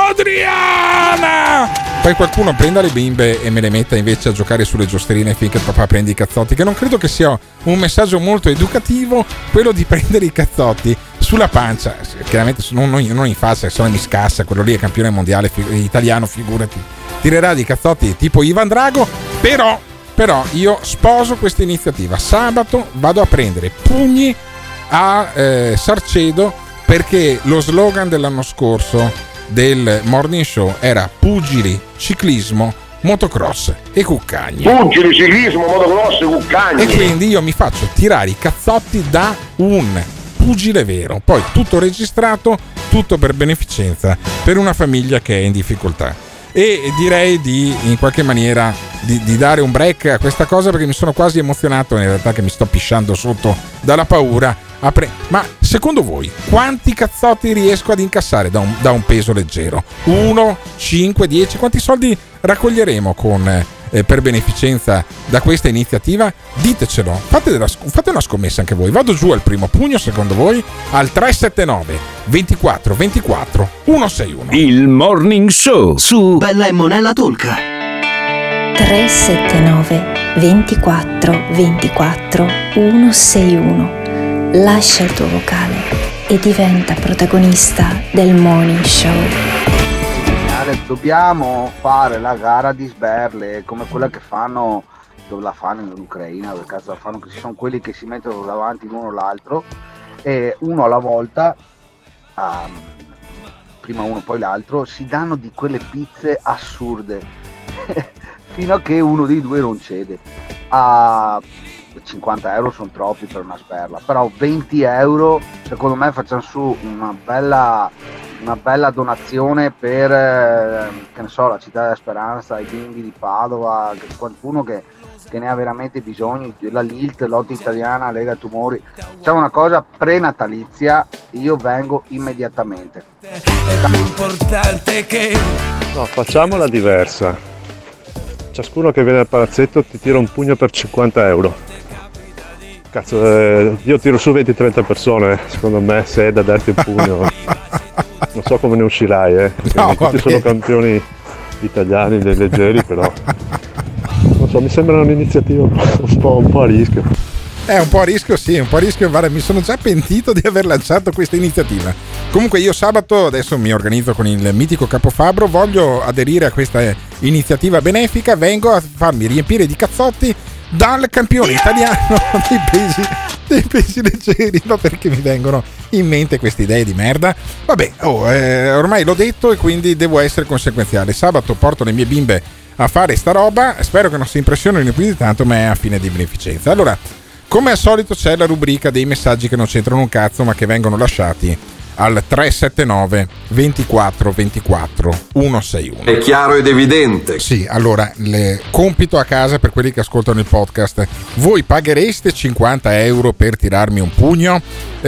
Adriana! Poi qualcuno prenda le bimbe e me le metta invece a giocare sulle giostrine finché papà prende i cazzotti, che non credo che sia un messaggio molto educativo quello di prendere i cazzotti sulla pancia, chiaramente non in faccia, se no mi scassa, quello lì è campione mondiale italiano, figurati, tirerà di cazzotti tipo Ivan Drago. Però io sposo questa iniziativa. Sabato vado a prendere pugni a Sarcedo, perché lo slogan dell'anno scorso del Morning Show era pugili, ciclismo, motocross e cuccagni. Pugili, ciclismo, motocross e cuccagni. E quindi io mi faccio tirare i cazzotti da un pugile vero, poi tutto registrato, tutto per beneficenza per una famiglia che è in difficoltà. E direi di in qualche maniera di dare un break a questa cosa, perché mi sono quasi emozionato, in realtà, che mi sto pisciando sotto dalla paura. Ma secondo voi quanti cazzotti riesco ad incassare da un peso leggero? 1, 5, 10? Quanti soldi raccoglieremo per beneficenza da questa iniziativa? Ditecelo, fate una scommessa anche voi. Vado giù al primo pugno secondo voi al 379 24 24 161. Il Morning Show su Bella e Monella Tolca. 379 24 24 161. Lascia il tuo vocale e diventa protagonista del Morning Show. Dobbiamo fare la gara di sberle come quella che fanno, dove la fanno in Ucraina, dove cazzo la fanno, che ci sono quelli che si mettono davanti l'uno all'altro e uno alla volta, prima uno poi l'altro, si danno di quelle pizze assurde fino a che uno dei due non cede. 50 euro sono troppi per una sberla, però 20 euro secondo me facciamo su una bella donazione per che ne so, la Città della Speranza, i bimbi di Padova, qualcuno che ne ha veramente bisogno, la LILT, Lotta Italiana Lega Tumori. Facciamo una cosa prenatalizia, io vengo immediatamente. No, facciamola diversa. Ciascuno che viene al palazzetto ti tira un pugno per 50 euro. Cazzo, io tiro su 20-30 persone, secondo me, se è da darti un pugno. Non so come ne uscirai, tutti sono campioni italiani dei leggeri, però non so, mi sembra un'iniziativa un po' a rischio. Un po' a rischio, sì, un po' a rischio. Guarda, mi sono già pentito di aver lanciato questa iniziativa. Comunque io sabato adesso mi organizzo con il mitico Capofabbro, voglio aderire a questa iniziativa benefica, vengo a farmi riempire di cazzotti dal campione italiano dei pesi leggeri, ma perché mi vengono in mente queste idee di merda? Vabbè, ormai l'ho detto e quindi devo essere conseguenziale. Sabato porto le mie bimbe a fare sta roba, spero che non si impressionino più di tanto, ma è a fine di beneficenza. Allora, come al solito c'è la rubrica dei messaggi che non c'entrano un cazzo ma che vengono lasciati al 379 24 24 161. È chiaro ed evidente. Sì, allora, compito a casa per quelli che ascoltano il podcast: voi paghereste 50 euro per tirarmi un pugno?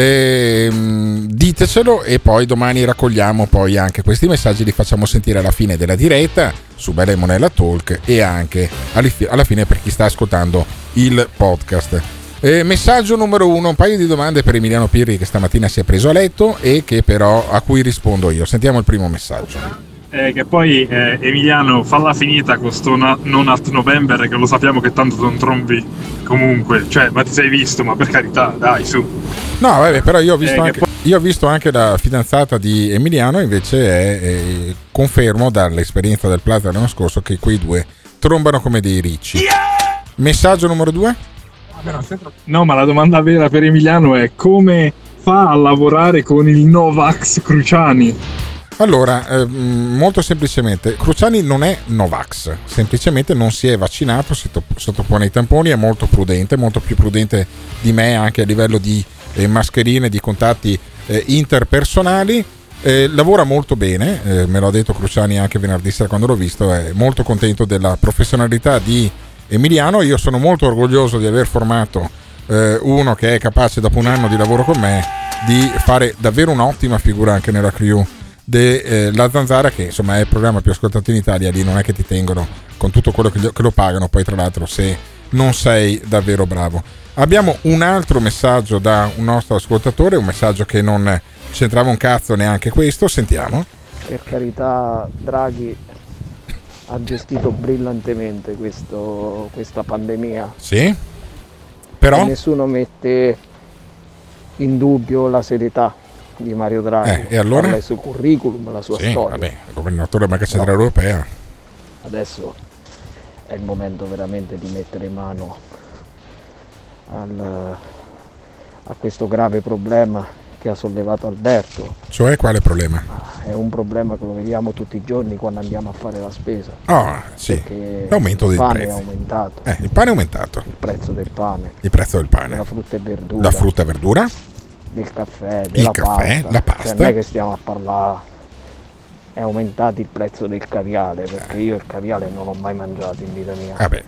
Ditecelo e poi domani raccogliamo poi anche questi messaggi, li facciamo sentire alla fine della diretta su Bella e Monella Talk e anche alla fine per chi sta ascoltando il podcast. Messaggio numero 1, un paio di domande per Emiliano Pirri che stamattina si è preso a letto e che però a cui rispondo io. Sentiamo il primo messaggio. Che poi Emiliano, falla finita con sto non at November, che lo sappiamo che tanto non trombi comunque, cioè, ma ti sei visto, ma per carità, dai, su. No, vabbè, però io ho visto anche la fidanzata di Emiliano, invece confermo dall'esperienza del Plaza dell'anno scorso che quei due trombano come dei ricci. Messaggio numero 2. No, ma la domanda vera per Emiliano è: come fa a lavorare con il Novax Cruciani? Allora, molto semplicemente, Cruciani non è Novax, semplicemente non si è vaccinato, si sottopone ai tamponi, è molto prudente, molto più prudente di me anche a livello di mascherine, di contatti interpersonali. Lavora molto bene, me l'ha detto Cruciani anche venerdì sera quando l'ho visto, è molto contento della professionalità di Emiliano. Io sono molto orgoglioso di aver formato uno che è capace dopo un anno di lavoro con me di fare davvero un'ottima figura anche nella crew della Zanzara, che insomma è il programma più ascoltato in Italia. Lì non è che ti tengono con tutto quello che lo pagano poi, tra l'altro, se non sei davvero bravo. Abbiamo un altro messaggio da un nostro ascoltatore, un messaggio che non c'entrava un cazzo neanche questo, sentiamo. Per carità, Draghi ha gestito brillantemente questa pandemia. Sì, però e nessuno mette in dubbio la serietà di Mario Draghi. E allora? Parla il suo curriculum, la sua storia. Vabbè, il governatore della Banca Centrale Europea. Adesso è il momento veramente di mettere mano a questo grave problema che ha sollevato Alberto. Cioè, quale problema? È un problema che lo vediamo tutti i giorni quando andiamo a fare la spesa. Sì, l'aumento del prezzo. Il pane è aumentato. Il pane è aumentato. Il prezzo del pane. Il prezzo del pane. Della frutta e verdura. La frutta e verdura. Del caffè, della pasta. La pasta. Cioè, non è che stiamo a parlare. È aumentato il prezzo del caviale, perché io il caviale non l'ho mai mangiato in vita mia. Vabbè.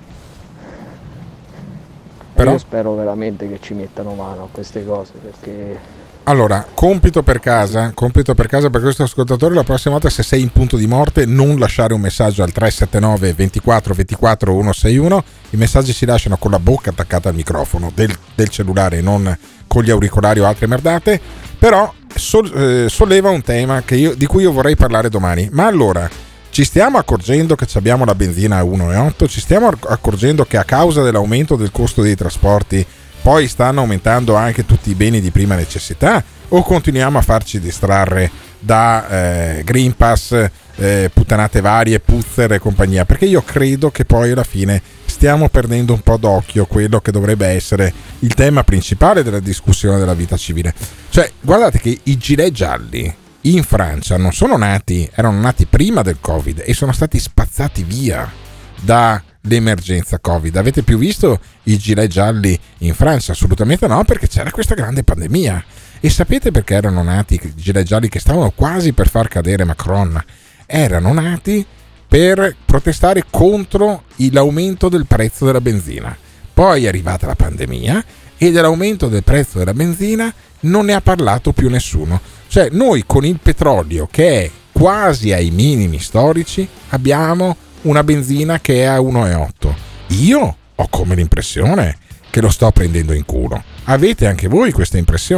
Però io spero veramente che ci mettano mano a queste cose, perché... Allora, compito per casa per questo ascoltatore: la prossima volta, se sei in punto di morte, non lasciare un messaggio al 379 24 24 161. I messaggi si lasciano con la bocca attaccata al microfono del cellulare, non con gli auricolari o altre merdate. Però solleva un tema di cui io vorrei parlare domani. Ma allora, ci stiamo accorgendo che abbiamo la benzina a 1,8? Ci stiamo accorgendo che a causa dell'aumento del costo dei trasporti poi stanno aumentando anche tutti i beni di prima necessità? O continuiamo a farci distrarre da Green Pass, puttanate varie, puzzer e compagnia? Perché io credo che poi alla fine stiamo perdendo un po' d'occhio quello che dovrebbe essere il tema principale della discussione della vita civile. Cioè, guardate che i gilet gialli in Francia non sono erano nati prima del Covid e sono stati spazzati via dall'emergenza Covid. Avete più visto i gilet gialli in Francia? Assolutamente no, perché c'era questa grande pandemia. E sapete perché erano nati i gilet gialli che stavano quasi per far cadere Macron? Erano nati per protestare contro l'aumento del prezzo della benzina. Poi è arrivata la pandemia e dell'aumento del prezzo della benzina non ne ha parlato più nessuno. Cioè, noi con il petrolio che è quasi ai minimi storici abbiamo una benzina che è a 1,8. Io ho come l'impressione che lo sto prendendo in culo. Avete anche voi questa impressione?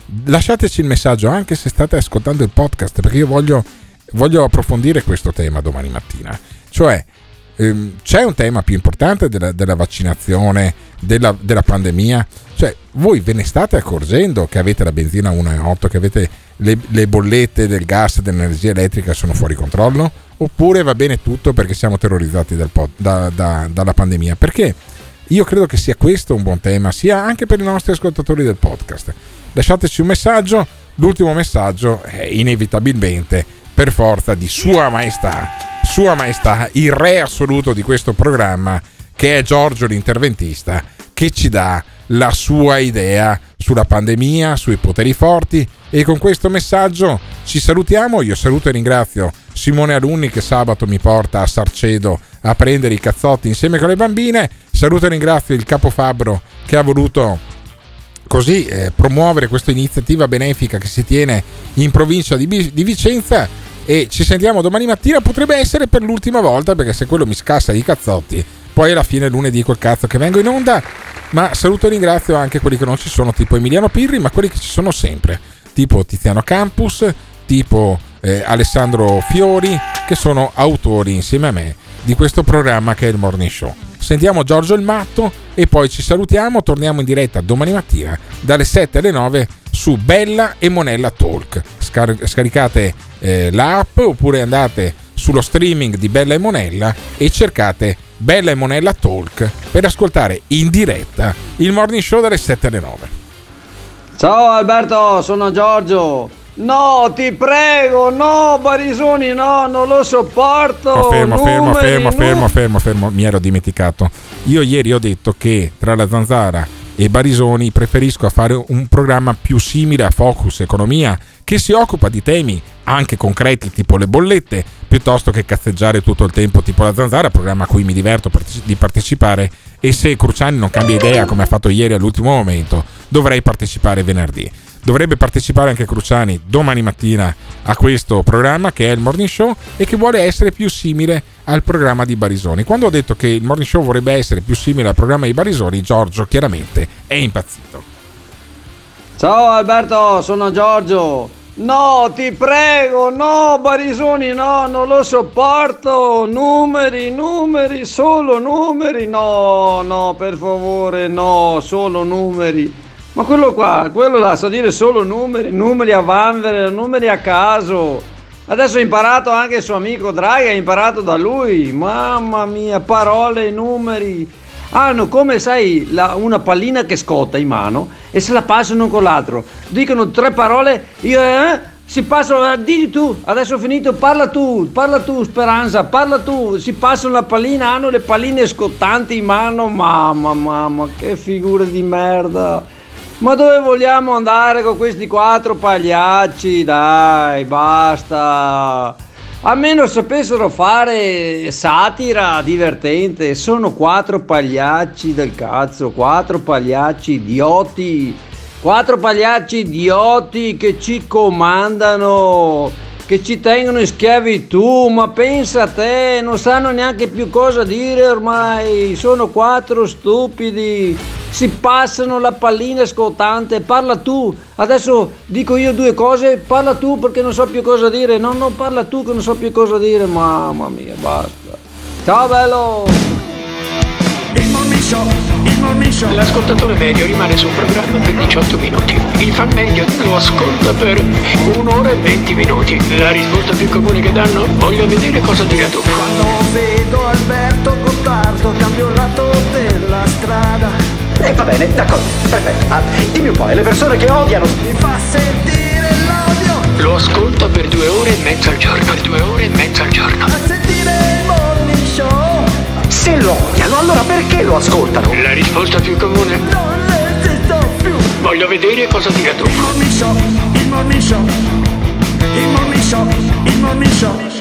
lasciateci il messaggio anche se state ascoltando il podcast, perché io voglio approfondire questo tema domani mattina. Cioè, c'è un tema più importante della vaccinazione, della pandemia? Cioè, voi ve ne state accorgendo che avete la benzina a 1,8, che avete le bollette del gas e dell'energia elettrica sono fuori controllo? Oppure va bene tutto perché siamo terrorizzati dalla pandemia? Perché io credo che sia questo un buon tema, sia anche per i nostri ascoltatori del podcast. Lasciateci un messaggio. L'ultimo messaggio è inevitabilmente, per forza di Sua Maestà, il re assoluto di questo programma, che è Giorgio l'interventista, che ci dà la sua idea sulla pandemia, sui poteri forti. E con questo messaggio ci salutiamo. Io saluto e ringrazio Simone Alunni, che sabato mi porta a Sarcedo a prendere i cazzotti insieme con le bambine. Saluto e ringrazio il capo Fabbro, che ha voluto così promuovere questa iniziativa benefica che si tiene in provincia di Vicenza. E ci sentiamo domani mattina, potrebbe essere per l'ultima volta, perché se quello mi scassa i cazzotti poi alla fine lunedì col cazzo che vengo in onda. Ma saluto e ringrazio anche quelli che non ci sono, tipo Emiliano Pirri, ma quelli che ci sono sempre, tipo Tiziano Campus, tipo Alessandro Fiori, che sono autori insieme a me di questo programma che è il Morning Show. Sentiamo Giorgio il Matto e poi ci salutiamo. Torniamo in diretta domani mattina dalle 7 alle 9 su Bella e Monella Talk. Scaricate l'app oppure andate sullo streaming di Bella e Monella e cercate Bella e Monella Talk per ascoltare in diretta il Morning Show dalle 7 alle 9. Ciao Alberto, sono Giorgio. No, ti prego, no, Barisoni, no, non lo sopporto. Fermo, mi ero dimenticato. Io ieri ho detto che tra la Zanzara e Barisoni preferisco fare un programma più simile a Focus Economia, che si occupa di temi anche concreti tipo le bollette, piuttosto che cazzeggiare tutto il tempo tipo la Zanzara, programma a cui mi diverto di partecipare. E se Cruciani non cambia idea come ha fatto ieri all'ultimo momento, dovrei partecipare venerdì. Dovrebbe partecipare anche Cruciani domani mattina a questo programma che è il Morning Show e che vuole essere più simile al programma di Barisoni. Quando ho detto che il Morning Show vorrebbe essere più simile al programma di Barisoni, Giorgio chiaramente è impazzito. Ciao Alberto, sono Giorgio. No, ti prego, no, Barisoni, no, non lo sopporto. Numeri, solo numeri. No, per favore, no, solo numeri. Ma quello là sa dire solo numeri a vanvera, numeri a caso. Adesso ha imparato anche il suo amico Draghi, ha imparato da lui. Mamma mia, parole, numeri. Hanno come, sai, una pallina che scotta in mano e se la passano con l'altro. Dicono 3 parole, si passano, digli tu, adesso ho finito, parla tu, Speranza, parla tu. Si passano la pallina, hanno le palline scottanti in mano. Mamma, che figure di merda. Ma dove vogliamo andare con questi 4 pagliacci? Dai, basta. Almeno sapessero fare satira divertente. Sono 4 pagliacci del cazzo, 4 pagliacci idioti. 4 pagliacci idioti che ci comandano, che ci tengono in schiavitù. Ma pensa a te, non sanno neanche più cosa dire ormai. Sono 4 stupidi. Si passano la pallina scottante. Parla tu. Adesso dico io 2 cose. Parla tu perché non so più cosa dire. No, parla tu che non so più cosa dire. Mamma mia, basta. Ciao bello. Il Morning Show. L'ascoltatore medio rimane sul programma per 18 minuti. Il fan medio lo ascolta per 1 ora e 20 minuti. La risposta più comune che danno: voglio vedere cosa dirà tu. Quando vedo Alberto Gottardo cambio il lato della strada. Va bene, d'accordo, perfetto. Dimmi un po', le persone che odiano mi fa sentire l'odio. Lo ascolta per 2 ore e mezza al giorno. A sentire il Morning Show. Se lo odiano, allora perché lo ascoltano? La risposta più comune: non esisto più. Voglio vedere cosa dirà tu. Il Morning Show.